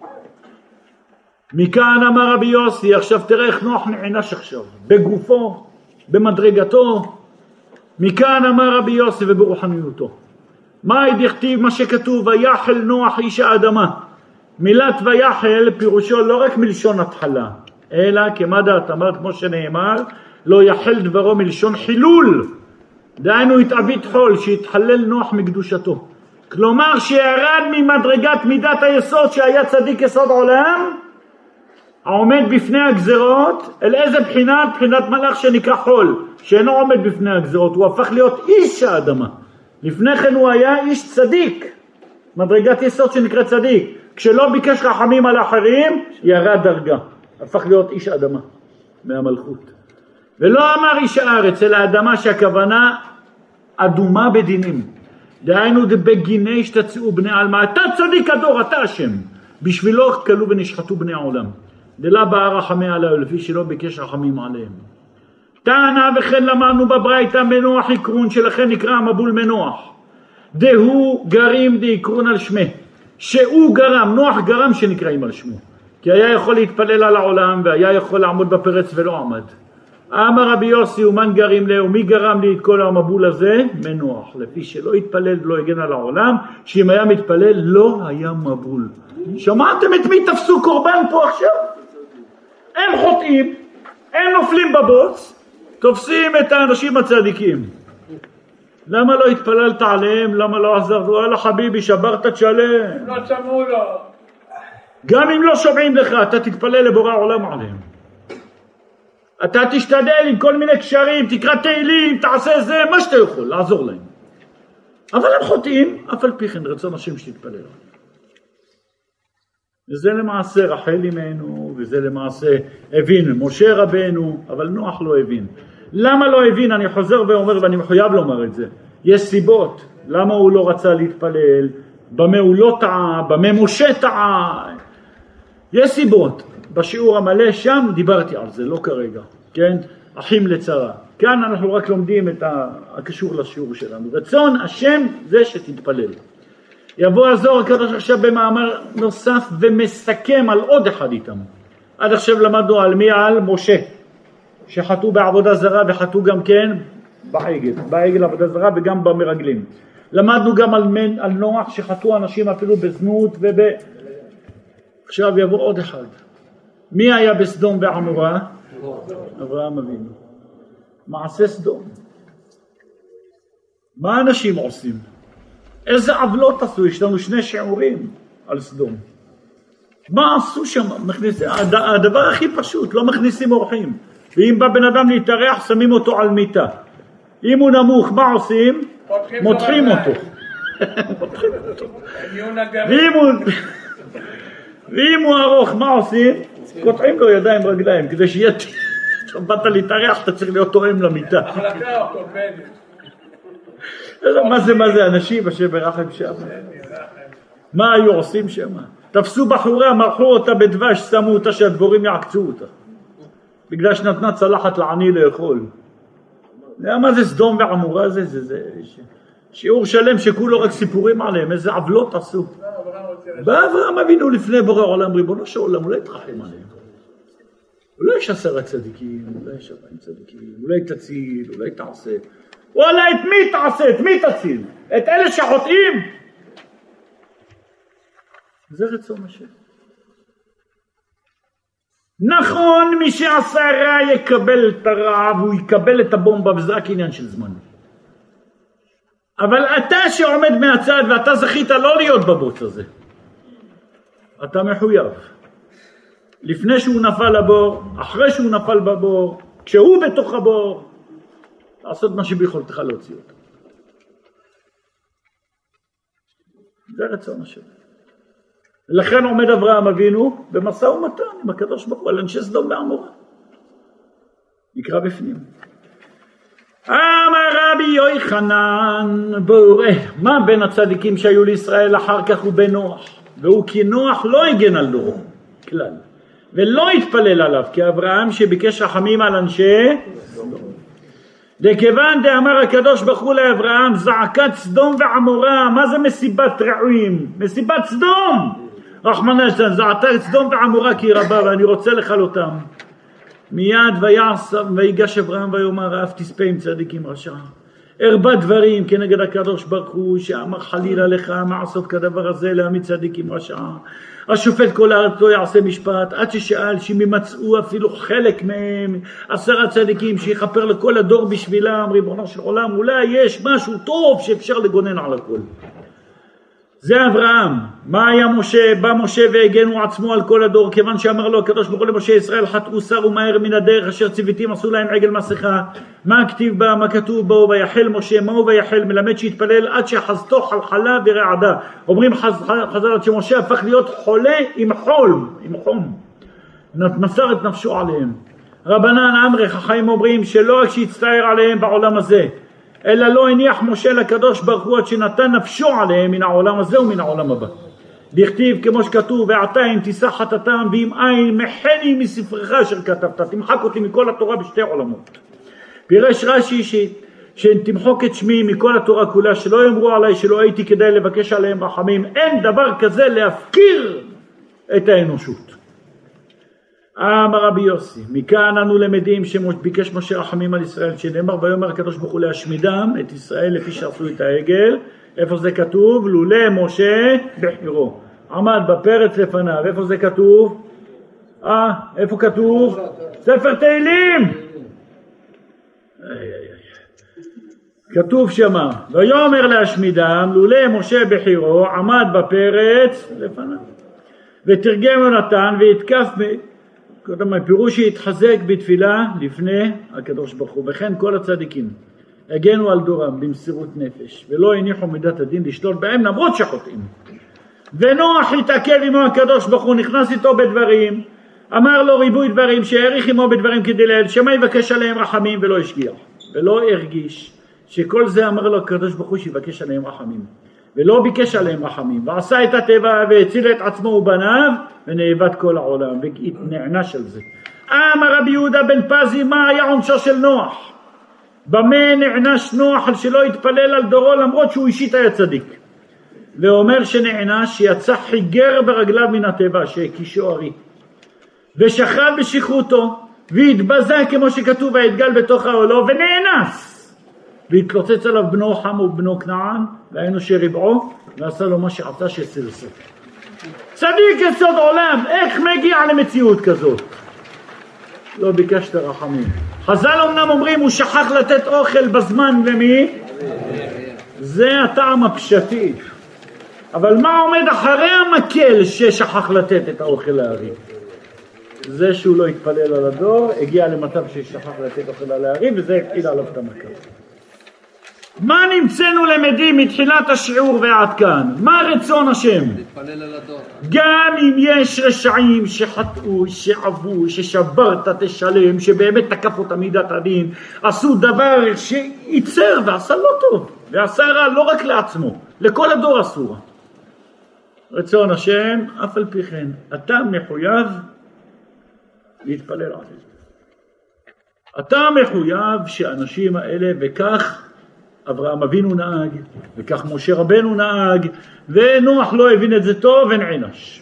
מכאן אמר רבי יוסי, עכשיו תראה איך נוח נענש עכשיו, בגופו, במדרגתו. מכאן אמר רבי יוסי וברוחניותו, מה דכתיב מה שכתוב, ויחל נוח איש האדמה. מילת ויחל פירושו לא רק מלשון התחלה, אלא כמה דעת אמרת, כמו שנאמר, לא יחל דברו מלשון חילול, דהיינו התאבית חול, שהתחלל נוח מקדושתו. כלומר שירד ממדרגת מידת היסוד שהיה צדיק יסוד עולם, העומד בפני הגזרות, אל איזה בחינת? בחינת מלאך שנקרא חול, שאינו עומד בפני הגזרות, הוא הפך להיות איש האדמה. לפני כן הוא היה איש צדיק, מדרגת יסוד שנקרא צדיק. כשלא ביקש רחמים על האחרים, ירד דרגה, הפך להיות איש אדמה מהמלכות. ולא אמר איש הארץ, אלא האדמה שהכוונה אדומה בדינים. דהיינו בגיני שתצאו בני עלמא, אתה צדיק הדור, אתה אשם. בשבילו כלו ונשחטו בני העולם. דלה באה רחמי עליו, לפי שלא ביקש רחמים עליהם. טענה וכן למדנו בברייתא מנוח עקרון, שלכן נקרא המבול מנוח. דהו גרים דעקרון על שמה. שהוא גרם, נוח גרם שנקראים על שמו. כי היה יכול להתפלל על העולם, והיה יכול לעמוד בפרץ ולא עמד. אמר רבי יוסי, ומן גרים לה, ומי גרם לי את כל המבול הזה? מנוח. לפי שלא התפלל ולא הגן על העולם, שאם היה מתפלל לא היה מבול. שמעתם את מי תפסו קורבן פה עכשיו? הם חוטאים, הם נופלים בבוץ, תופסים את האנשים הצדיקים. למה לא התפללת עליהם? למה לא עזרת? וואלה חביבי, שברת תשלם. לא שמעו לו. גם אם לא שומעים לך, אתה תתפלל לבורא העולם עליהם. אתה תשתדל עם כל מיני קשרים, תקרא תהילים, תעשה זה, מה שאתה יכול, לעזור להם. אבל הם חוטאים, אף על פי כן רצון השם שתתפלל עליהם. וזה למעשה רחל אמנו, וזה למעשה הבין משה רבנו, אבל נוח לא הבין. למה לא הבין? אני חוזר ואומר, ואני מחויב לומר את זה. יש סיבות. למה הוא לא רצה להתפלל? במה הוא לא טעה? במה משה טעה? יש סיבות. בשיעור המלא שם דיברתי על זה, לא כרגע. כן? אחים לצרה. כאן אנחנו רק לומדים את הקשור לשיעור שלנו. רצון השם זה שתתפלל. יבוא הזוהר הקדוש עכשיו במאמר נוסף ומסכם על עוד אחד איתם. עד עכשיו למדנו על מי? על משה, שחטאו בעבודה זרה וחטאו גם כן בעגל, בעגל עבודה זרה וגם במרגלים. למדנו גם על, מנ, על נוח שחטאו אנשים אפילו בזנות וב... עכשיו יבוא עוד אחד. מי היה בסדום ועמורה? אברהם אבינו. מעשה סדום. מה אנשים עושים? איזה עוולות עשו? יש לנו שני שיעורים על סדום. מה עשו שם? מכניס... הדבר הכי פשוט, לא מכניסים אורחים. ואם בא בן אדם להתארח, שמים אותו על מיטה. אם הוא נמוך, מה עושים? מותחים אותו. מותחים אותו. ואם הוא... ואם הוא ארוך, מה עושים? קוטעים לו ידיים רגליים, כדי שיהיה... באת להתארח, אתה צריך להיות תואם למיטה. מה זה, מה זה אנשים אשר ברחם שם? מה היו עושים שם? תפסו בחורה, מרחו אותה בדבש, שמו אותה שהדבורים יעקצו אותה. בגלל שנתנה צלחת לעני לאכול. מה זה סדום ועמורה? זה, זה, זה שיעור שלם שכולו רק סיפורים עליהם, איזה עוולות עשו. בא אברהם אבינו לפני בורא עולם, ריבונו של עולם, אולי תרחם עליהם. אולי יש עשרה צדיקים, אולי יש ארבעים צדיקים, אולי תציל, אולי תעשה. וואלה, את מי תעשה? את מי תציל? את אלה שחוטאים? זה רצון השם. נכון, מי שעשה רע יקבל את הרע והוא יקבל את הבומבה, וזה רק עניין של זמן. אבל אתה שעומד מהצד ואתה זכית לא להיות בבוץ הזה, אתה מחויב. לפני שהוא נפל לבור, אחרי שהוא נפל בבור, כשהוא בתוך הבור, לעשות מה שביכולתך להוציא אותו. זה רצון השם. לכן עומד אברהם אבינו במשא ומתן עם הקדוש ברוך הוא על אנשי סדום ועמורה. נקרא בפנים. אמר רבי יוחנן בורא, מה בין הצדיקים שהיו לישראל אחר כך ובין נוח? והוא כי נוח לא הגן על דורו כלל, ולא התפלל עליו כאברהם שביקש רחמים על אנשי סדום. דכיוון דאמר הקדוש ברוך הוא לאברהם זעקת סדום ועמורה. מה זה מסיבת רעים? מסיבת סדום. רחמנא ליצלן, זעקת סדום ועמורה כי רבה ואני רוצה לכלותם. מיד ויעש ויגש אברהם ויאמר אף תספה עם צדיקים רשע. הרבה דברים כנגד הקדוש ברוך הוא, שאמר חלילה לך מעשות כדבר הזה להעמיד צדיקים רשעה. השופט כל הארץ לא יעשה משפט, עד ששאל שממצאו אפילו חלק מהם עשרה צדיקים שיכפר לכל הדור בשבילם. ריבונו של עולם, אולי יש משהו טוב שאפשר לגונן על הכל. זה אברהם. מה היה משה? בא משה והגנו עצמו על כל הדור, כיוון שאמר לו הקדוש ברוך הוא למשה, ישראל חטאו סרו מהר מן הדרך אשר ציוויתים, עשו להם עגל מסכה. מה הכתיב בה? מה כתוב בו? ויחל משה. מהו ויחל? מלמד שהתפלל עד שחזתו חלחלה ורעדה. אומרים חז"ל עד שמשה הפך להיות חולה עם חול, עם חום, מסר את נפשו עליהם. רבנן אמרי חכמים אומרים שלא רק שהצטער עליהם בעולם הזה, אלא לא הניח משה לקדוש ברוך הוא עד שנתן נפשו עליהם מן העולם הזה ומן העולם הבא. דכתיב כמו שכתוב, ועתה אם תישא חטאתם ואם אין מחני מספרך אשר כתבת, תמחק אותי מכל התורה בשתי עולמות. פירש רש"י שתמחוק את שמי מכל התורה כולה, שלא יאמרו עליי שלא הייתי כדאי לבקש עליהם רחמים. אין דבר כזה להפקיר את האנושות. אמר רבי יוסי, מכאן אנו למדים שביקש משה רחמים על ישראל, שנאמר ויאמר הקדוש ברוך הוא להשמידם את ישראל לפי שעשו את העגל. איפה זה כתוב? לולא משה בחירו, עמד בפרץ לפניו. איפה זה כתוב? אה, איפה כתוב? ספר תהילים. כתוב שמה ויאמר להשמידם לולא משה בחירו, עמד בפרץ לפניו. ותרגם יונתן והתקף קודם הפירוש שהתחזק בתפילה לפני הקדוש ברוך הוא. וכן כל הצדיקים הגנו על דורם במסירות נפש ולא הניחו מידת הדין לשלוט בהם למרות שחוטאים. ונוח התעכב עמו הקדוש ברוך הוא, נכנס איתו בדברים, אמר לו ריבוי דברים שהעריך עמו בדברים כדי לאל, שמה יבקש עליהם רחמים ולא השגיח ולא הרגיש שכל זה אמר לו הקדוש ברוך הוא שיבקש עליהם רחמים, ולא ביקש עליהם רחמים, ועשה את הטבע והציל את עצמו ובניו ונאבד כל העולם ונענש על זה. אמר רבי יהודה בן פזי, מה היה עונשו של נוח? במה נענש נוח על שלא התפלל על דורו למרות שהוא אישית היה צדיק? ואומר שנענש שיצא חיגר ברגליו מן הטבע שהקישו ארי ושכב בשכרותו והתבזה כמו שכתוב והתגל בתוך העולו ונאנס, והתלוצץ עליו בנו חם ובנו כנען והיינו שרבעו ועשה לו מה שעשה שסלסל. צדיק יסוד עולם, איך מגיע למציאות כזאת? לא ביקשת רחמים. חז"ל אמנם אומרים הוא שכח לתת אוכל בזמן למי? זה הטעם הפשטי, אבל מה עומד אחרי המקל ששכח לתת את האוכל לארי? זה שהוא לא התפלל על הדור, הגיע למצב ששכח לתת אוכל על הארי, וזה הפעיל עליו את המקל. מה נמצאנו למדים מתחילת השיעור ועד כאן? מה רצון השם? להתפלל על הדור. גם אם יש רשעים שחטאו, שעבו, ששברת תשלם, שבאמת תקף אותם מידת הדין, עשו דבר שייצר ועשה לא טוב, ועשה רע לא רק לעצמו, לכל הדור עשו רע. רצון השם, אף על פי כן, אתה מחויב להתפלל על זה. אתה מחויב שאנשים האלה, וכך אברהם אבינו נהג, וכך משה רבנו נהג, ונוח לא הבין את זה טוב ונענש.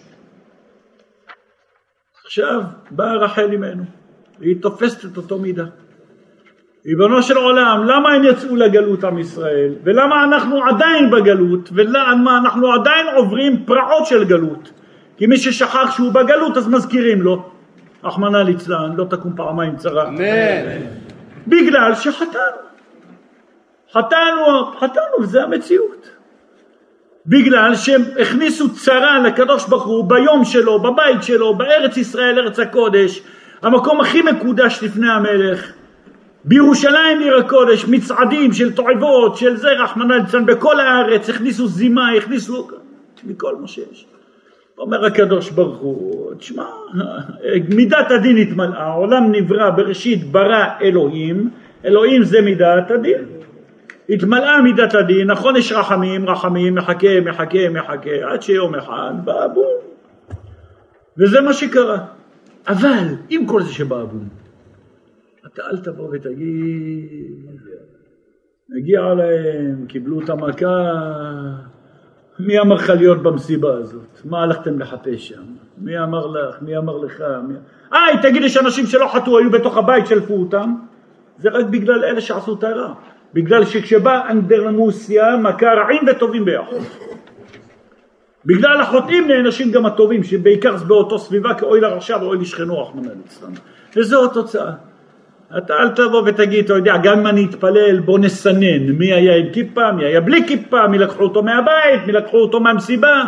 עכשיו באה רחל אמנו, והיא תופסת את אותו מידה. ריבונו של עולם, למה הם יצאו לגלות עם ישראל? ולמה אנחנו עדיין בגלות? ולמה אנחנו עדיין עוברים פרעות של גלות? כי מי ששכח שהוא בגלות אז מזכירים לו, רחמנא ליצלן, לא תקום פעמיים צרה. אמן. בגלל שחטאנו. חטאנו, חטאנו, וזה המציאות. בגלל שהם הכניסו צרה לקדוש ברוך הוא ביום שלו, בבית שלו, בארץ ישראל, ארץ הקודש, המקום הכי מקודש לפני המלך, בירושלים עיר הקודש, מצעדים של תועבות, של זה רחמנא ליצלן, בכל הארץ, הכניסו זימה, הכניסו מכל מה שיש. אומר הקדוש ברוך הוא, תשמע, מידת הדין התמלאה, העולם נברא בראשית ברא אלוהים, אלוהים זה מידת הדין. התמלאה מידת הדין, נכון יש רחמים, רחמים, מחכה, מחכה, מחכה, עד שיום אחד בא בום. וזה מה שקרה. אבל, עם כל זה שבא בום, אתה אל תבוא ותגיד, הגיע להם, קיבלו את המכה, מי אמר לך להיות במסיבה הזאת? מה הלכתם לחפש שם? מי אמר לך? מי אמר לך? מי... איי, תגיד לי שאנשים שלא חטאו היו בתוך הבית שלפו אותם, זה רק בגלל אלה שעשו את הרע. בגלל שכשבא אנדרלמוסיה מכה רעים וטובים ביחד. בגלל החוטאים נענשים גם הטובים, שבעיקר זה באותו סביבה כאוי לרשע ואוי לשכנו רחמנא ליצלן. וזו התוצאה. אתה אל תבוא ותגיד, אתה יודע, גם אם אני אתפלל, בוא נסנן, מי היה עם כיפה, מי היה בלי כיפה, מי לקחו אותו מהבית, מי לקחו אותו מהמסיבה.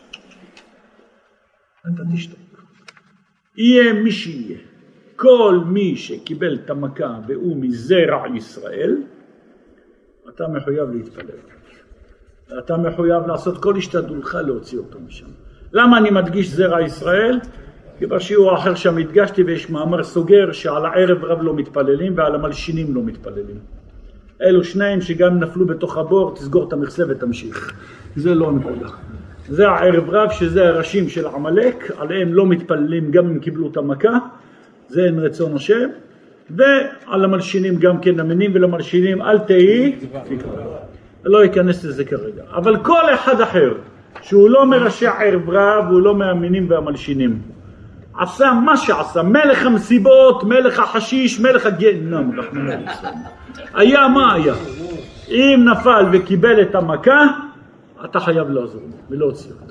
אתה תשתוק. יהיה מי שיהיה. כל מי שקיבל את המכה והוא מזרע ישראל, אתה מחויב להתפלל. אתה מחויב לעשות כל השתדלותך להוציא אותו משם. למה אני מדגיש זרע ישראל? כי בשיעור האחר שם הדגשתי ויש מאמר סוגר שעל הערב רב לא מתפללים ועל המלשינים לא מתפללים. אלו שניים שגם נפלו בתוך הבור, תסגור את המכסה ותמשיך. זה לא נקודה. זה הערב רב שזה הראשים של עמלק, עליהם לא מתפללים גם אם קיבלו את המכה, זה אין רצון השם, ועל המלשינים גם כן נמנים ולמלשינים אל תהי תקרא. לא ייכנס לזה כרגע. אבל כל אחד אחר שהוא לא מראשי ערב רב, הוא לא מהמינים והמלשינים. עשה מה שעשה, מלך המסיבות, מלך החשיש, מלך הגיהנום, היה מה היה. אם נפל וקיבל את המכה, אתה חייב לעזור ולהוציא אותו.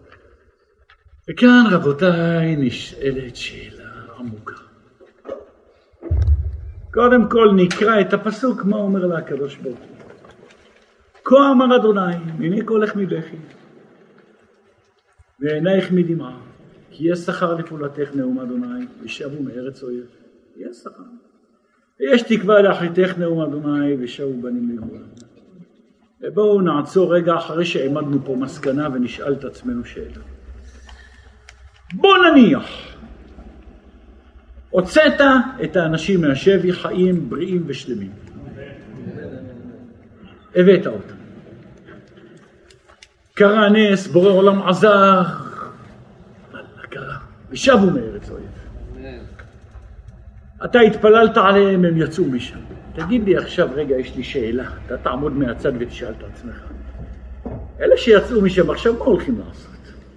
וכאן רבותיי נשאלת שאלה עמוקה. קודם כל נקרא את הפסוק, מה אומר לה הקדוש ברוך הוא. כה אמר אדוני, הנה קולך מבכי, ועינייך מדמעה, כי יש שכר לפעולתך נאום אדוני, ושבו מארץ אויב. יש שכר. ויש תקווה לאחריתך נאום אדוני, ושבו בנים לגבולם. ובואו נעצור רגע אחרי שעמדנו פה מסקנה ונשאל את עצמנו שאלה. בוא נניח, הוצאת את האנשים מהשבי חיים בריאים ושלמים. הבאת אותם. קרא נס, בורא עולם עזר, אללה קרא, ושבו מארץ אויב. אתה התפללת עליהם, הם יצאו משם. תגיד לי עכשיו, רגע, יש לי שאלה. אתה תעמוד מהצד ותשאל את עצמך. אלה שיצאו משם עכשיו, מה הולכים לעשות?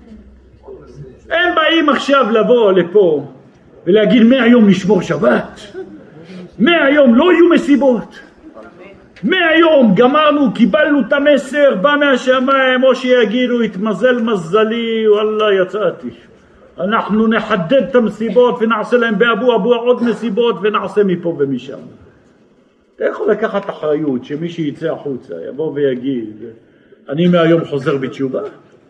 הם באים עכשיו לבוא לפה ולהגיד מהיום נשמור שבת. מהיום לא יהיו מסיבות. מהיום גמרנו, קיבלנו את המסר, בא מהשמיים, או שיגידו, התמזל מזלי, וואלה יצאתי. אנחנו נחדד את המסיבות ונעשה להם באבו אבו עוד מסיבות ונעשה מפה ומשם. אתה יכול לקחת אחריות שמי שיצא החוצה יבוא ויגיד, אני מהיום חוזר בתשובה?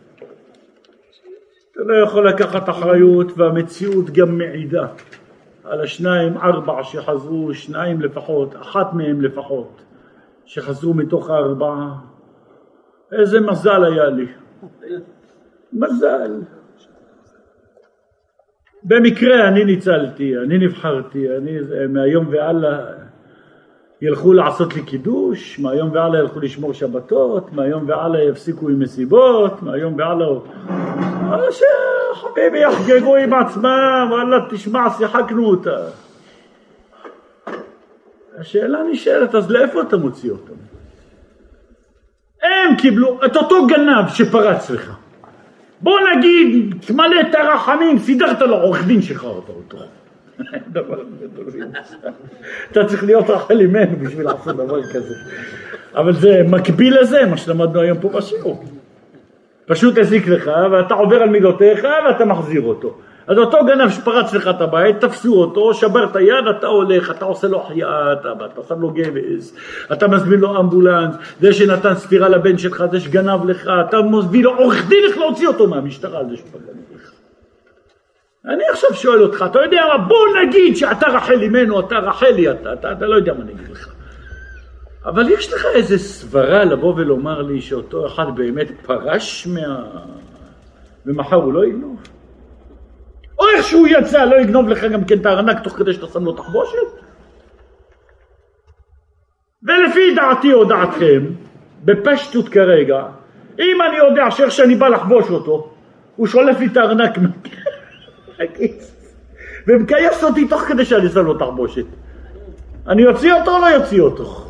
אתה לא יכול לקחת אחריות, והמציאות גם מעידה על השניים, ארבע שחזרו, שניים לפחות, אחת מהם לפחות, שחזרו מתוך הארבעה. איזה מזל היה לי. מזל. במקרה אני ניצלתי, אני נבחרתי, אני מהיום והלאה ילכו לעשות לי קידוש, מהיום והלאה ילכו לשמור שבתות, מהיום והלאה יפסיקו עם מסיבות, מהיום והלאה שחביבי יחגגו עם עצמם, וואלה תשמע שיחקנו אותה. השאלה נשאלת, אז לאיפה אתה מוציא אותם? הם קיבלו את אותו גנב שפרץ לך. בוא נגיד, תמלא את הרחמים, סידרת לו עורך דין שחררת אותו. דבר גדול. אתה צריך להיות רחל אימנו בשביל לעשות דבר כזה. אבל זה מקביל לזה, מה שלמדנו היום פה בשיעור. פשוט הזיק לך, ואתה עובר על מידותיך, ואתה מחזיר אותו. אז אותו גנב שפרץ לך את הבית, תפסו אותו, שבר את היד, אתה הולך, אתה עושה לו חייאה, אתה, אתה שם לו גבס, אתה מזמין לו אמבולנס, זה שנתן סתירה לבן שלך, זה שגנב לך, אתה מביא לו עורך דין איך להוציא אותו מהמשטרה, על זה שפגנב לך. אני עכשיו שואל אותך, אתה יודע מה, בוא נגיד שאתה רחל אימנו, אתה רחלי, אתה, אתה, אתה לא יודע מה נגיד לך. אבל יש לך איזה סברה לבוא ולומר לי שאותו אחד באמת פרש מה... ומחר הוא לא יגנוב? או איך שהוא יצא, לא יגנוב לך גם כן את הארנק תוך כדי שאתה שם לו תחבושת? ולפי דעתי או דעתכם, בפשטות כרגע, אם אני יודע שאיך שאני בא לחבוש אותו, הוא שולף לי את הארנק מהכיס, ומקייס אותי תוך כדי שאני שם לו תחבושת. אני יוציא אותו או לא יוציא אותו?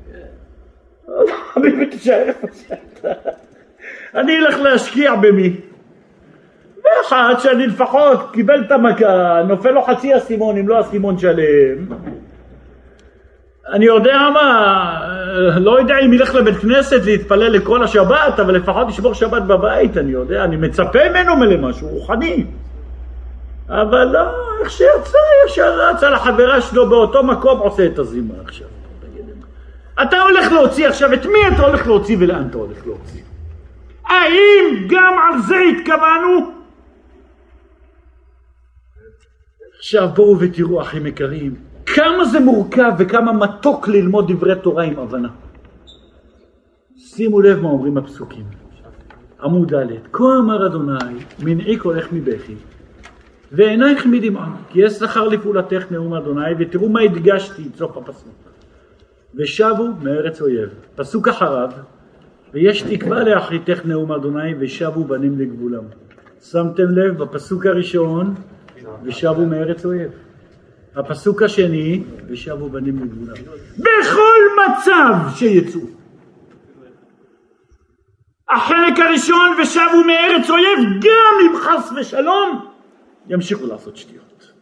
אני אלך להשקיע במי? ואחד שאני לפחות קיבל את המכה, נופל לו חצי הסימון, אם לא הסימון שלם. אני יודע מה, לא יודע אם ילך לבית כנסת להתפלל לכל השבת, אבל לפחות ישבור שבת בבית, אני יודע, אני מצפה ממנו למשהו רוחני. אבל לא, איך שיצא, ישר רץ על החברה שלו באותו מקום, עושה את הזימה עכשיו. אתה הולך להוציא עכשיו, את מי אתה הולך להוציא ולאן אתה הולך להוציא? האם גם על זה התכוונו? עכשיו בואו ותראו אחים יקרים, כמה זה מורכב וכמה מתוק ללמוד דברי תורה עם הבנה. שימו לב מה אומרים הפסוקים. עמוד ד' כה אמר אדוני מנעי קולך מבכי ועינייך מדמעה כי יש שכר לפעולתך נאום אדוני. ותראו מה הדגשתי את סוף הפסוק. ושבו מארץ אויב. פסוק אחריו ויש תקווה לאחריתך נאום אדוני ושבו בנים לגבולם. שמתם לב בפסוק הראשון ושבו מארץ אויב. הפסוק השני ושבו בנים לגבולם. בכל מצב שיצאו. החלק הראשון ושבו מארץ אויב, גם אם חס ושלום ימשיכו לעשות שטויות.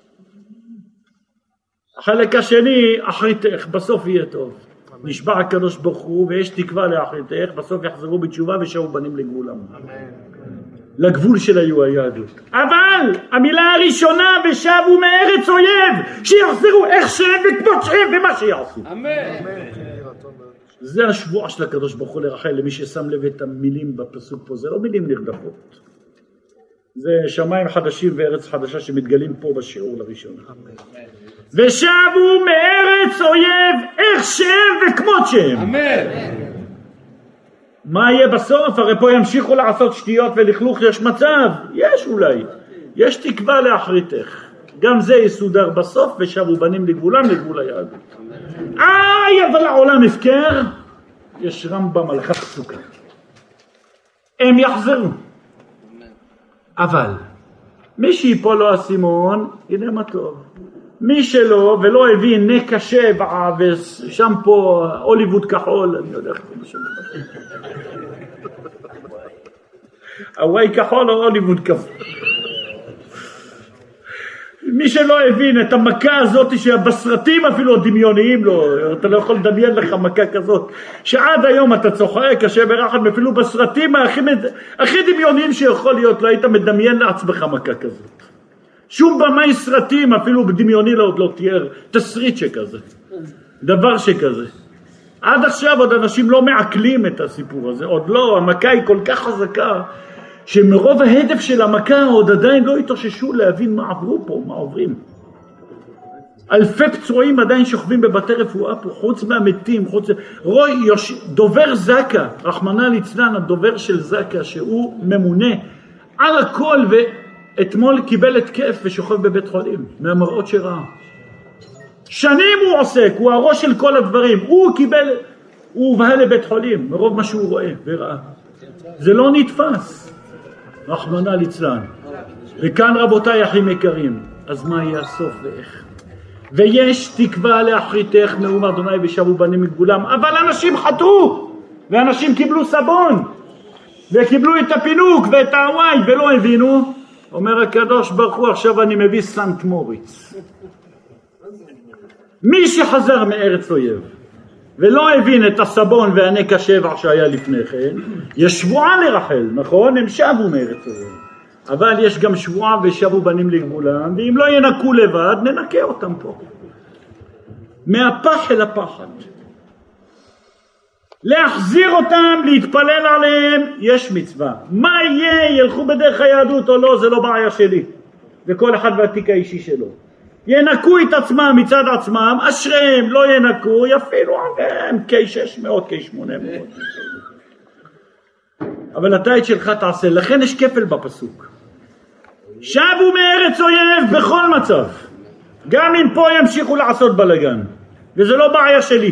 החלק השני אחריתך, בסוף יהיה טוב. נשבע הקדוש ברוך הוא ויש תקווה לאחריתך, בסוף יחזרו בתשובה ושבו בנים לגבולם. לגבול של היהדות. אבל המילה הראשונה ושבו מארץ אויב, שיחזרו איך שהם וכמות שהם ומה שיעשו. אמן. זה השבועה של הקדוש ברוך הוא לרחל. למי ששם לב את המילים בפסוק פה, זה לא מילים נרדפות, זה שמיים חדשים וארץ חדשה שמתגלים פה בשיעור לראשונה. ושבו מארץ אויב איך שהם וכמות שהם. אמן. מה יהיה בסוף? הרי פה ימשיכו לעשות שטויות ולכלוך. יש מצב, יש אולי, יש תקווה לאחריתך, גם זה יסודר בסוף. ושבו בנים לגבולם, לגבול היהדות. איי, אבל העולם הפקר. יש רמב"ם הלכה פסוקה, הם יחזרו. אבל מי שיפול לו הסימון, הנה מה טוב. מי שלא ולא הביא נקע שבע ושם פה הוליווד כחול, אני יודע איך זה שם הוואי כחול או הוליווד כחול. מי שלא הבין את המכה הזאת שבסרטים אפילו דמיוניים לו, אתה לא יכול לדמיין לך מכה כזאת שעד היום אתה צוחק השבר אחד, אפילו בסרטים הכי, הכי דמיוניים שיכול להיות לא היית מדמיין לעצמך מכה כזאת. שום במאי סרטים אפילו בדמיוני לא עוד לא תיאר תסריט שכזה, דבר שכזה. עד עכשיו עוד אנשים לא מעכלים את הסיפור הזה, עוד לא, המכה היא כל כך חזקה שמרוב ההדף של המכה עוד עדיין לא התאוששו להבין מה עברו פה, מה עוברים. אלפי פצועים עדיין שוכבים בבתי רפואה פה, חוץ מהמתים, חוץ... רואי, יוש... דובר זקה, רחמנא ליצלן, הדובר של זקה, שהוא ממונה על הכל, ואתמול קיבל התקף ושוכב בבית חולים, מהמראות שראה. שנים הוא עוסק, הוא הראש של כל הדברים, הוא קיבל, הוא הובהה לבית חולים, מרוב מה שהוא רואה וראה. זה לא נתפס. רחמנא ליצלן. וכאן רבותיי אחים יקרים, אז מה יהיה הסוף ואיך? ויש תקווה לאחריתך נאום אדוני ושבו בנים לגבולם. אבל אנשים חטאו ואנשים קיבלו סבון וקיבלו את הפינוק ואת הוואי ולא הבינו. אומר הקדוש ברוך הוא עכשיו אני מביא סנט מוריץ. מי שחזר מארץ אויב ולא הבין את הסבון והנקע שבע שהיה לפני כן, יש שבועה לרחל, נכון? הם שבו מארץ אויב, אבל יש גם שבועה ושבו בנים לגבולם, ואם לא ינקו לבד ננקה אותם פה מהפח אל הפחד. להחזיר אותם, להתפלל עליהם, יש מצווה. מה יהיה, ילכו בדרך היהדות או לא, זה לא בעיה שלי, וכל אחד והתיק האישי שלו. ינקו את עצמם מצד עצמם, אשריהם, לא ינקו, יפילו עליהם קי שש מאות, קי שמונה מאות. אבל אתה את שלך תעשה, לכן יש כפל בפסוק. שבו מארץ אויב בכל מצב, גם אם פה ימשיכו לעשות בלגן, וזה לא בעיה שלי.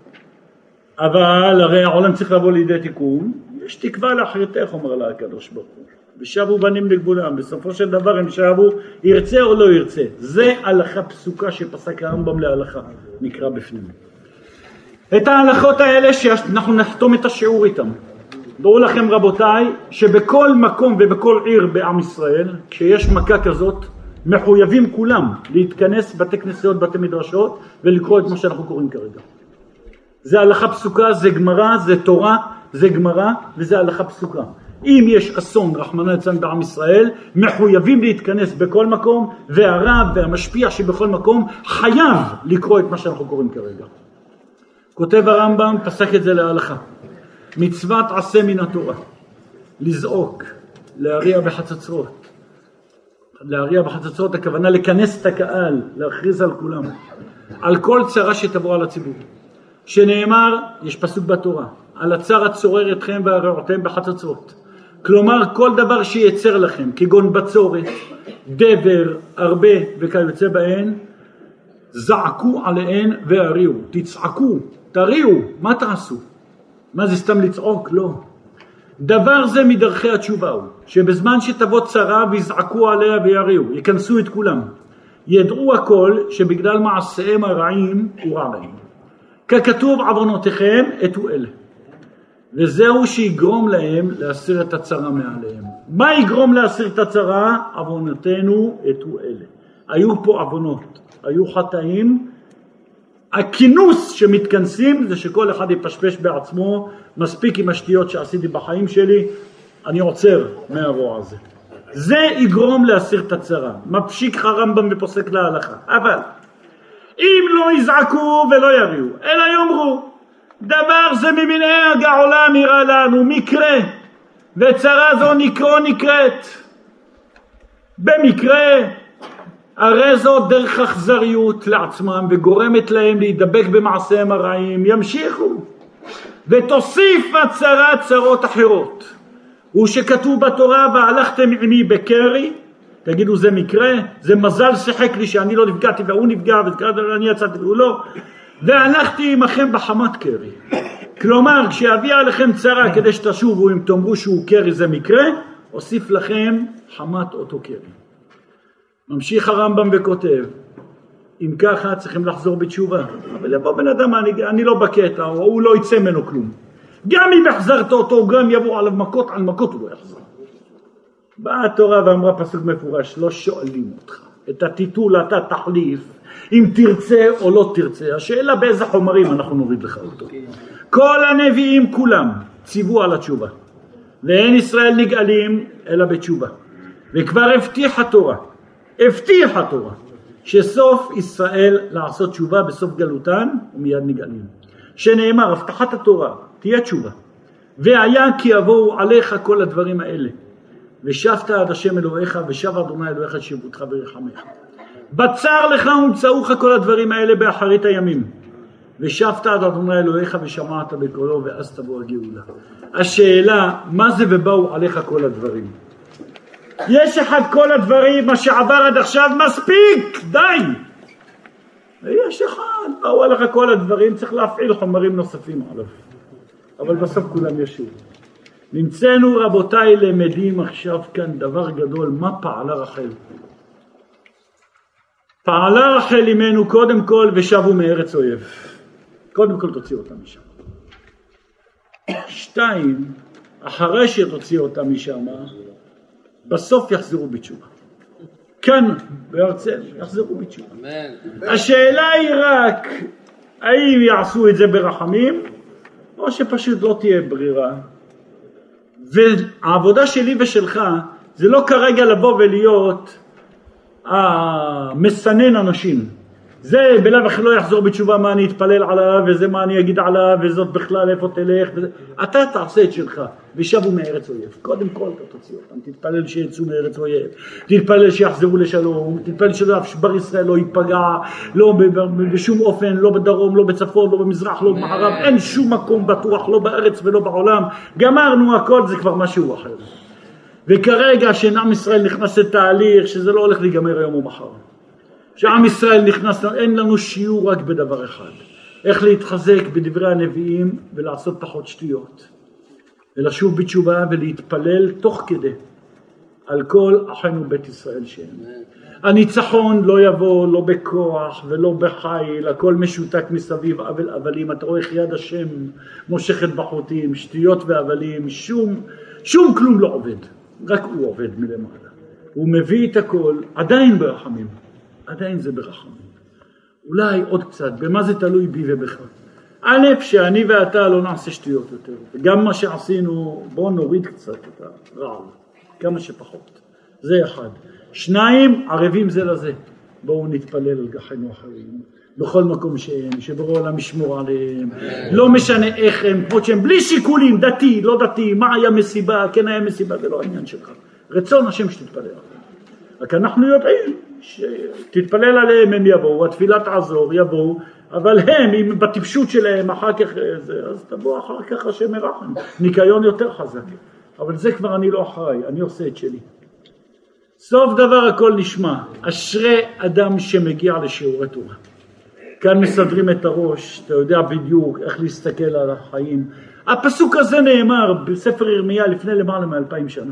אבל הרי העולם צריך לבוא לידי תיקון, יש תקווה לאחריתך, אומר לה הקדוש ברוך הוא. ושבו בנים לגבולם, בסופו של דבר הם שבו, ירצה או לא ירצה. זה הלכה פסוקה שפסק הרמב"ם להלכה, נקרא בפנים. את ההלכות האלה שאנחנו נחתום את השיעור איתם. דעו לכם רבותיי, שבכל מקום ובכל עיר בעם ישראל, כשיש מכה כזאת, מחויבים כולם להתכנס בתי כנסיות, בתי מדרשות, ולקרוא את מה שאנחנו קוראים כרגע. זה הלכה פסוקה, זה גמרא, זה תורה, זה גמרא, וזה הלכה פסוקה. אם יש אסון, רחמנא ליצלן בעם ישראל, מחויבים להתכנס בכל מקום, והרב והמשפיע שבכל מקום חייב לקרוא את מה שאנחנו קוראים כרגע. כותב הרמב"ם, פסק את זה להלכה. מצוות עשה מן התורה, לזעוק, להריע בחצוצרות. להריע בחצוצרות, הכוונה לכנס את הקהל, להכריז על כולם. על כל צרה שתבוא על הציבור. שנאמר, יש פסוק בתורה, על הצר הצורר אתכם והרעותם בחצוצרות. כלומר, כל דבר שיצר לכם, כגון בצורת, דבר, הרבה וכיוצא בהן, זעקו עליהן והריעו. תצעקו, תריעו, מה תעשו? מה זה סתם לצעוק? לא. דבר זה מדרכי התשובה הוא, שבזמן שתבוא צרה ויזעקו עליה ויריעו, יכנסו את כולם. ידעו הכל שבגלל מעשיהם הרעים הוא רע בהם. ככתוב עוונותיכם אתו אלה. וזהו שיגרום להם להסיר את הצרה מעליהם. מה יגרום להסיר את הצרה? עוונותינו אתו אלה. היו פה עוונות, היו חטאים. הכינוס שמתכנסים זה שכל אחד יפשפש בעצמו, מספיק עם השטויות שעשיתי בחיים שלי, אני עוצר מהרוע הזה. זה יגרום להסיר את הצרה. מפשיק הרמב"ם ופוסק להלכה. אבל אם לא יזעקו ולא יריעו, אלא יאמרו, דבר זה ממנהג העולם יראה לנו, מקרה, וצרה זו נקרא נקראת. במקרה, הרי זו דרך אכזריות לעצמם, וגורמת להם להידבק במעשיהם הרעים, ימשיכו, ותוסיף הצרה צרות אחרות. ושכתוב בתורה, והלכתם עמי בקרי, תגידו זה מקרה, זה מזל שיחק לי שאני לא נפגעתי והוא נפגע ואני יצאתי והוא לא, והלכתי עמכם בחמת קרי. כלומר, כשאביא עליכם צרה כדי שתשובו, אם תאמרו שהוא קרי זה מקרה, אוסיף לכם חמת אותו קרי. ממשיך הרמב"ם וכותב, אם ככה צריכים לחזור בתשובה, אבל יבוא בן אדם, אני, אני לא בקטע, או הוא לא יצא ממנו כלום. גם אם החזרת אותו, גם יבוא עליו מכות, על מכות הוא לא יחזור. באה התורה ואמרה פסוק מפורש, לא שואלים אותך. את הטיטול אתה תחליף, אם תרצה או לא תרצה. השאלה באיזה חומרים אנחנו נוריד לך אותו. כל הנביאים כולם ציוו על התשובה. ואין ישראל נגאלים אלא בתשובה. וכבר הבטיח התורה, הבטיח התורה, שסוף ישראל לעשות תשובה בסוף גלותן ומיד נגאלים. שנאמר, הבטחת התורה, תהיה תשובה. והיה כי יבואו עליך כל הדברים האלה. ושבת עד השם אלוהיך, ושב אדוני אלוהיך שיבותך ורחמך. בצר לך ומצאוך כל הדברים האלה באחרית הימים. ושבת עד אדוני אלוהיך ושמעת בקולו, ואז תבוא הגאולה. השאלה, מה זה ובאו עליך כל הדברים? יש אחד כל הדברים, מה שעבר עד עכשיו מספיק, די. ויש אחד, באו עליך כל הדברים, צריך להפעיל חומרים נוספים עליו. אבל בסוף כולם ישוב. נמצאנו רבותיי למדים עכשיו כאן דבר גדול, מה פעלה רחל? פעלה רחל אימנו קודם כל ושבו מארץ אויב. קודם כל תוציא אותם משם. שתיים, אחרי שתוציא אותם משם, בסוף יחזרו בתשובה. כאן בארצנו יחזרו בתשובה. השאלה היא רק, האם יעשו את זה ברחמים, או שפשוט לא תהיה ברירה. והעבודה שלי ושלך זה לא כרגע לבוא ולהיות מסנן אנשים. זה בלב אחר לא יחזור בתשובה, מה אני אתפלל עליו וזה מה אני אגיד עליו וזאת בכלל איפה תלך וזה. אתה תעשה את שלך ושבו מארץ אויב. קודם כל אתה תוציא אותם, תתפלל שיצאו מארץ אויב, תתפלל שיחזרו לשלום, תתפלל שבר ישראל לא ייפגע, לא בשום אופן, לא בדרום, לא בצפון, לא במזרח, לא במערב, אין שום מקום בטוח, לא בארץ ולא בעולם. גמרנו הכל, זה כבר משהו אחר. וכרגע שעם ישראל נכנס לתהליך שזה לא הולך להיגמר היום או מחר. שעם ישראל נכנס, אין לנו שיעור רק בדבר אחד. איך להתחזק בדברי הנביאים ולעשות פחות שטויות. ולשוב בתשובה ולהתפלל תוך כדי על כל אחינו בית ישראל שהם. הניצחון לא יבוא לא בכוח ולא בחיל, הכל משותק מסביב, אבל אבלים. אתה רואה איך יד השם מושכת בחוטים, שטויות ואבלים, שום, שום כלום לא עובד. רק הוא עובד מלמעלה. הוא מביא את הכל, עדיין ברחמים. עדיין זה ברחמים. אולי עוד קצת, במה זה תלוי בי ובך? א', שאני ואתה לא נעשה שטויות יותר, וגם מה שעשינו, בואו נוריד קצת את הרעל, כמה שפחות, זה אחד. שניים, ערבים זה לזה, בואו נתפלל על גחינו אחרים, בכל מקום שהם, שבורא עולם ישמור עליהם, לא משנה איך הם, כמו שהם, בלי שיקולים, דתי, לא דתי, מה היה מסיבה, כן היה מסיבה, זה לא העניין שלך, רצון השם שתתפלל עליהם. רק אנחנו יודעים שתתפלל עליהם, הם יבואו, התפילה תעזור, יבואו, אבל הם, אם בטיפשות שלהם אחר כך זה, אז תבוא אחר כך השם ירחם, ניקיון יותר חזק. אבל זה כבר אני לא אחראי, אני עושה את שלי. סוף דבר הכל נשמע, אשרי אדם שמגיע לשיעורי תורה. כאן מסדרים את הראש, אתה יודע בדיוק איך להסתכל על החיים. הפסוק הזה נאמר בספר ירמיה לפני למעלה מאלפיים שנה.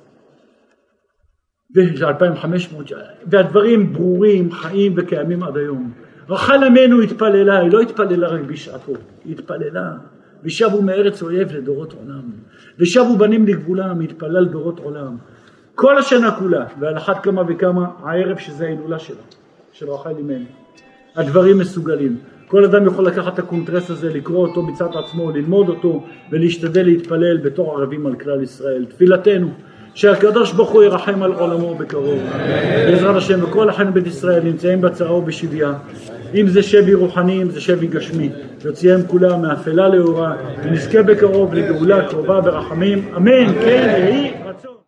ו-אלפיים וחמש מאות שנה. והדברים ברורים, חיים וקיימים עד היום. רחל אמנו התפללה, היא לא התפללה רק בשעתו, היא התפללה. ושבו מארץ אויב לדורות עולם. ושבו בנים לגבולם, התפלל דורות עולם. כל השנה כולה, ועל אחת כמה וכמה, הערב שזה ההילולה שלה, של רחל אמנו. הדברים מסוגלים. כל אדם יכול לקחת את הקונטרס הזה, לקרוא אותו מצד עצמו, ללמוד אותו, ולהשתדל להתפלל בתור ערבים על כלל ישראל. תפילתנו, שהקדוש ברוך הוא ירחם על עולמו בקרוב. בעזרת השם, וכל אחינו בית ישראל נמצאים בצרה ובשביה. אם זה שבי רוחני, אם זה שבי גשמי. יוציאם כולם מאפלה לאורה, ונזכה בקרוב לגאולה קרובה ברחמים. אמן, כן, יהי רצון.